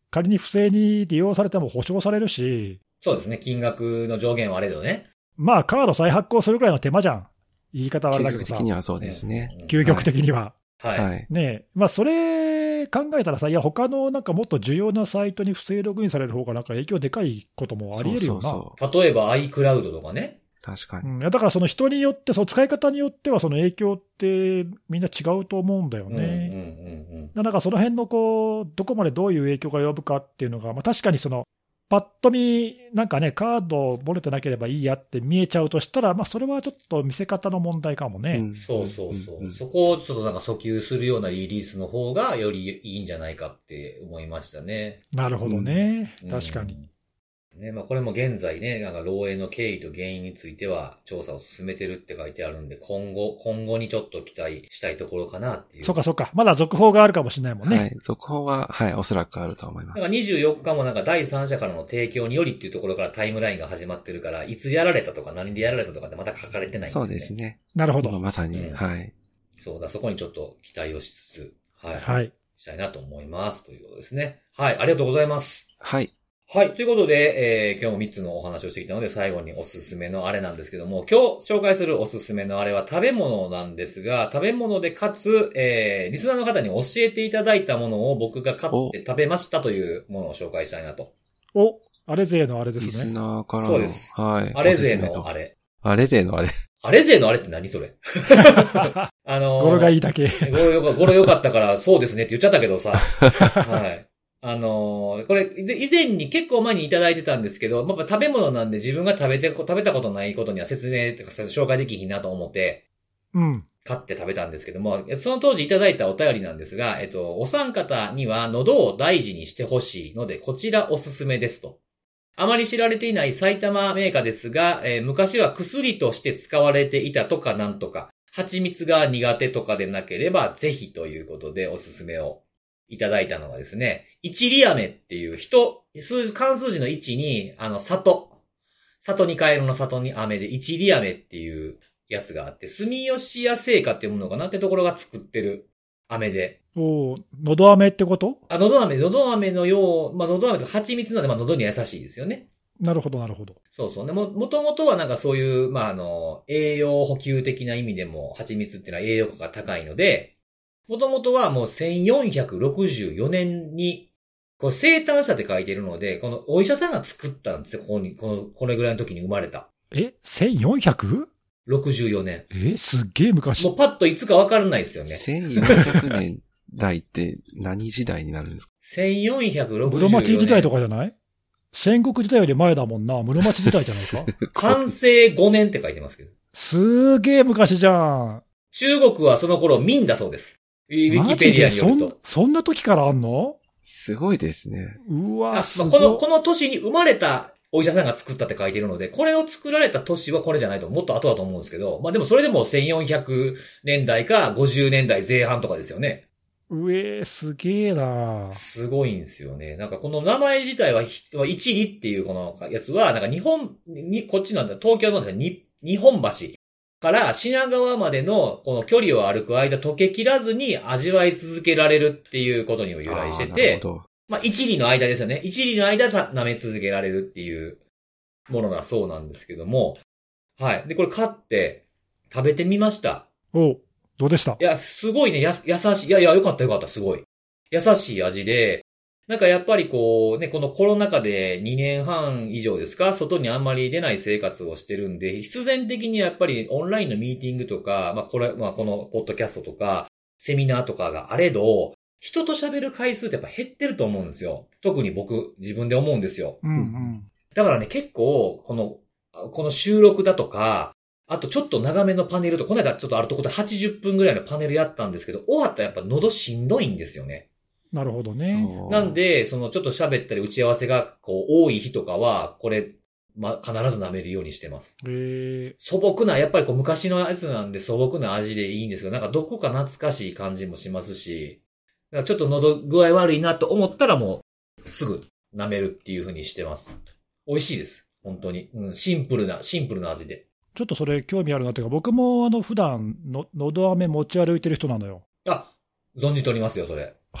仮に不正に利用されても保証されるし、 そうですね。金額の上限はあれどね。 まあ、カード再発行するくらいの手間じゃん。言い方はあれだけどさ。 究極的にはそうですね。 究極的には。 はい。はい、 ねえ。まあ、それ考えたらさ、いや、他のなんかもっと重要なサイトに不正ログインされる方がなんか影響でかいこともあり得るよな。そうそうそう。例えば iCloud とかね。 確かに。 うん、だからその人によって、その使い方によってはその影響ってみんな違うと思うんだよね。うんうんうんうん、なんかその辺のこう、どこまでどういう影響が及ぶかっていうのが、まあ、確かにその、パッと見、なんかね、カード漏れてなければいいやって見えちゃうとしたら、まあ、それはちょっと見せ方の問題かもね。 うん、そうそうそう、うん。そこをちょっとなんか訴求するようなリリースの方がよりいいんじゃないかって思いましたね。 なるほどね。 うん、 確かに。 ね、まあこれも現在ね、なんか漏洩の経緯と原因については調査を進めてるって書いてあるんで、今後、今後にちょっと期待したいところかなっていう。 そうかそうか。まだ続報があるかもしれないもんね。 はい。続報は、はい、おそらくあると思います。 なんかにじゅうよっかもなんか第三者からの提供によりっていうところからタイムラインが始まってるから、いつやられたとか何でやられたとかってまた書かれてないんですね。 そうですね。 なるほど。 まさに、 うん、 はい。 そうだ、そこにちょっと期待をしつつ、はい。 はい。 したいなと思います。ということですね。はい、ありがとうございます。 はい。 はい。ということで、えー、今日もみっつのお話をしてきたので、最後におすすめのあれなんですけども、今日紹介するおすすめのあれは食べ物なんですが、食べ物でかつ、えー、リスナーの方に教えていただいたものを僕が買って食べましたというものを紹介したいなと。 お、あれ勢のあれですね。 リスナーからの。 そうです。 はい。 あれ勢のあれ。 あれ勢のあれ。 あれ勢のあれって何それあのー、 語呂がいいだけ。 語呂よか、語呂よかったから、そうですねって言っちゃったけどさ。はい。あのー、これ、以前に結構前にいただいてたんですけど、まあ、食べ物なんで自分が食べて、食べたことないことには説明とか紹介できひんなと思って、 うん。 買って食べたんですけども、その当時いただいたお便りなんですが、えっと、お三方には喉を大事にしてほしいので、こちらおすすめですと。あまり知られていない埼玉メーカーですが、えー、昔は薬として使われていたとかなんとか、蜂蜜が苦手とかでなければぜひということでおすすめをいただいたのがですね、一里飴っていう人、数字、漢数字のいちに、あの、里。里にカエルの里に飴で一里飴っていうやつがあって、住吉屋製菓っていうものかなってところが作ってる飴で。 おー、のど飴ってこと？ あ、のど飴、のど飴のよう、まあ、のど飴とか蜂蜜なので、まあ、喉に優しいですよね。 なるほど、なるほど。 そうそう。でも、もともとはなんかそういう、まあ、あの、栄養補給的な意味でも、蜂蜜っていうのは栄養価が高いので、もともとはもうせんよんひゃくろくじゅうよねんに、これ生誕したって書いてるので、このお医者さんが作ったんですよ。ここに、この、これぐらいの時に生まれた。 え ?せんよんひゃく？ ろくじゅうよねん。 えすっげえ昔。 もうパッといつかわからないですよね。 せんよんひゃくねん代って何時代になるんですか？ せんよんひゃくろくじゅうよねん。 室町時代とかじゃない？戦国時代より前だもんな。室町時代じゃないか完成ごねんって書いてますけど。 すーげえ昔じゃん。 中国はその頃明だそうです。ウィキペディアによると。 そん、そんな時からあんの？ すごいですね。 うわすごい。まあ、この、この年に生まれたお医者さんが作ったって書いてるので、これを作られた年はこれじゃないと、もっと後だと思うんですけど、まあでもそれでもせんよんひゃくねんだいかごじゅうねんだいぜん半とかですよね。 うえー、すげえな。 すごいんですよね。なんかこの名前自体は、一里っていうこのやつは、なんか日本に、こっちなんだ、東京のに日本橋から品川までのこの距離を歩く間溶け切らずに味わい続けられるっていうことにも由来してて、まあ一里の間ですよね。一里の間舐め続けられるっていうものがそうなんですけども、はい。で、これ買って食べてみました。 おどうでした？ いや、すごいね、や、優しい。いやいや、よかったよかった、すごい。優しい味で、なんかやっぱりこう、ね、このコロナ禍でにねんはん以上ですか、外にあんまり出ない生活をしてるんで、必然的にやっぱりオンラインのミーティングとか、まあこれ、まあこのポッドキャストとか、セミナーとかがあれど、人と喋る回数ってやっぱ減ってると思うんですよ。特に僕、自分で思うんですよ。 うんうん。 だからね、結構、この、この収録だとか、あとちょっと長めのパネルと、この間ちょっとあるとこではちじゅっぷんぐらいのパネルやったんですけど、終わったらやっぱ喉しんどいんですよね。 なるほどね。 なんで、そのちょっと喋ったり打ち合わせがこう多い日とかは、これ、ま、必ず舐めるようにしてます。 へー。 素朴な、やっぱりこう昔のやつなんで素朴な味でいいんですけど、なんかどこか懐かしい感じもしますし、だからちょっと喉具合悪いなと思ったらもう、すぐ舐めるっていう風にしてます。美味しいです。本当に。うん、シンプルな、シンプルな味で。 ちょっとそれ興味あるなっていうか、僕もあの普段の、のど飴持ち歩いてる人なのよ。 あ、存じておりますよ、それ。 はい。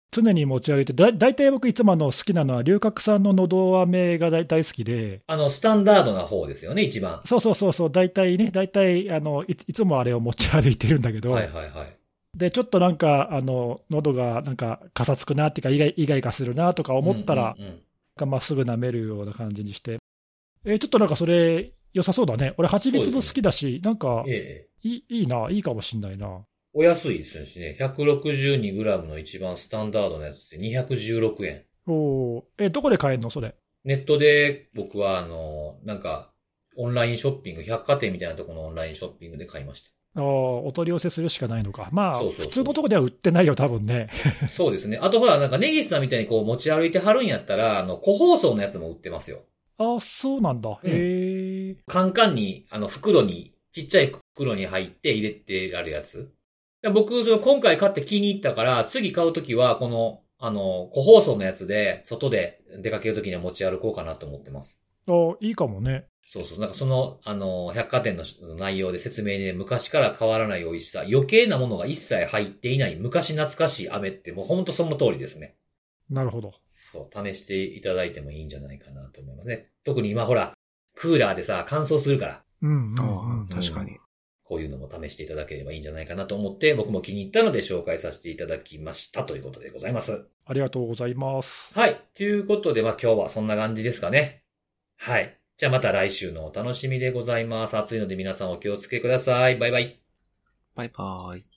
常に持ち歩いて、だ大体僕いつもあの好きなのは龍角散ののど飴が大大好きで。 あの、スタンダードな方ですよね、一番。 そうそうそうそう、大体ね、大体あのい、いつもあれを持ち歩いてるんだけど。 はいはいはい。 で、ちょっとなんか、あの、喉がなんかかさつくなっていうか、イガイガイガするなとか思ったら、 うんうんうん、 がまっすぐ舐めるような感じにして。えー、ちょっとなんかそれ良さそうだね。俺蜂蜜も好きだし、なんか、 ええ、 いい、いいな、いいかもしんないな。 お安いですしね。ひゃくろくじゅうにグラム の一番スタンダードなやつってにひゃくじゅうろくえん。 おー、え、どこで買えんのそれ。 ネットで僕はあの、なんか、オンラインショッピング、百貨店みたいなところのオンラインショッピングで買いました。 ああ、お取り寄せするしかないのか。まあ、 そうそうそう普通のとこでは売ってないよ、多分ね。 そうですね。あとほら、なんかネギスさんみたいにこう持ち歩いてはるんやったら、あの、個包装のやつも売ってますよ。 ああ、そうなんだ。 うんへえ。 カンカンに、あの、袋に、ちっちゃい袋に入って入れてあるやつ。僕、その今回買って気に入ったから、次買うときは、この、あの、個包装のやつで、外で出かけるときには持ち歩こうかなと思ってます。 ああ、いいかもね。 そうそう。なんかその、あの、百貨店の内容で説明で昔から変わらない美味しさ、余計なものが一切入っていない昔懐かしい飴ってもうほんとその通りですね。 なるほど。 そう、試していただいてもいいんじゃないかなと思いますね。特に今ほら、クーラーでさ、乾燥するから。 うんうんうん、 ああ、確かに。 こういうのも試していただければいいんじゃないかなと思って、僕も気に入ったので紹介させていただきましたということでございます。 ありがとうございます。 はい。ということで、まあ今日はそんな感じですかね。はい。じゃあまた来週のお楽しみでございます。暑いので皆さんお気をつけください。バイバイ。 バイバーイ。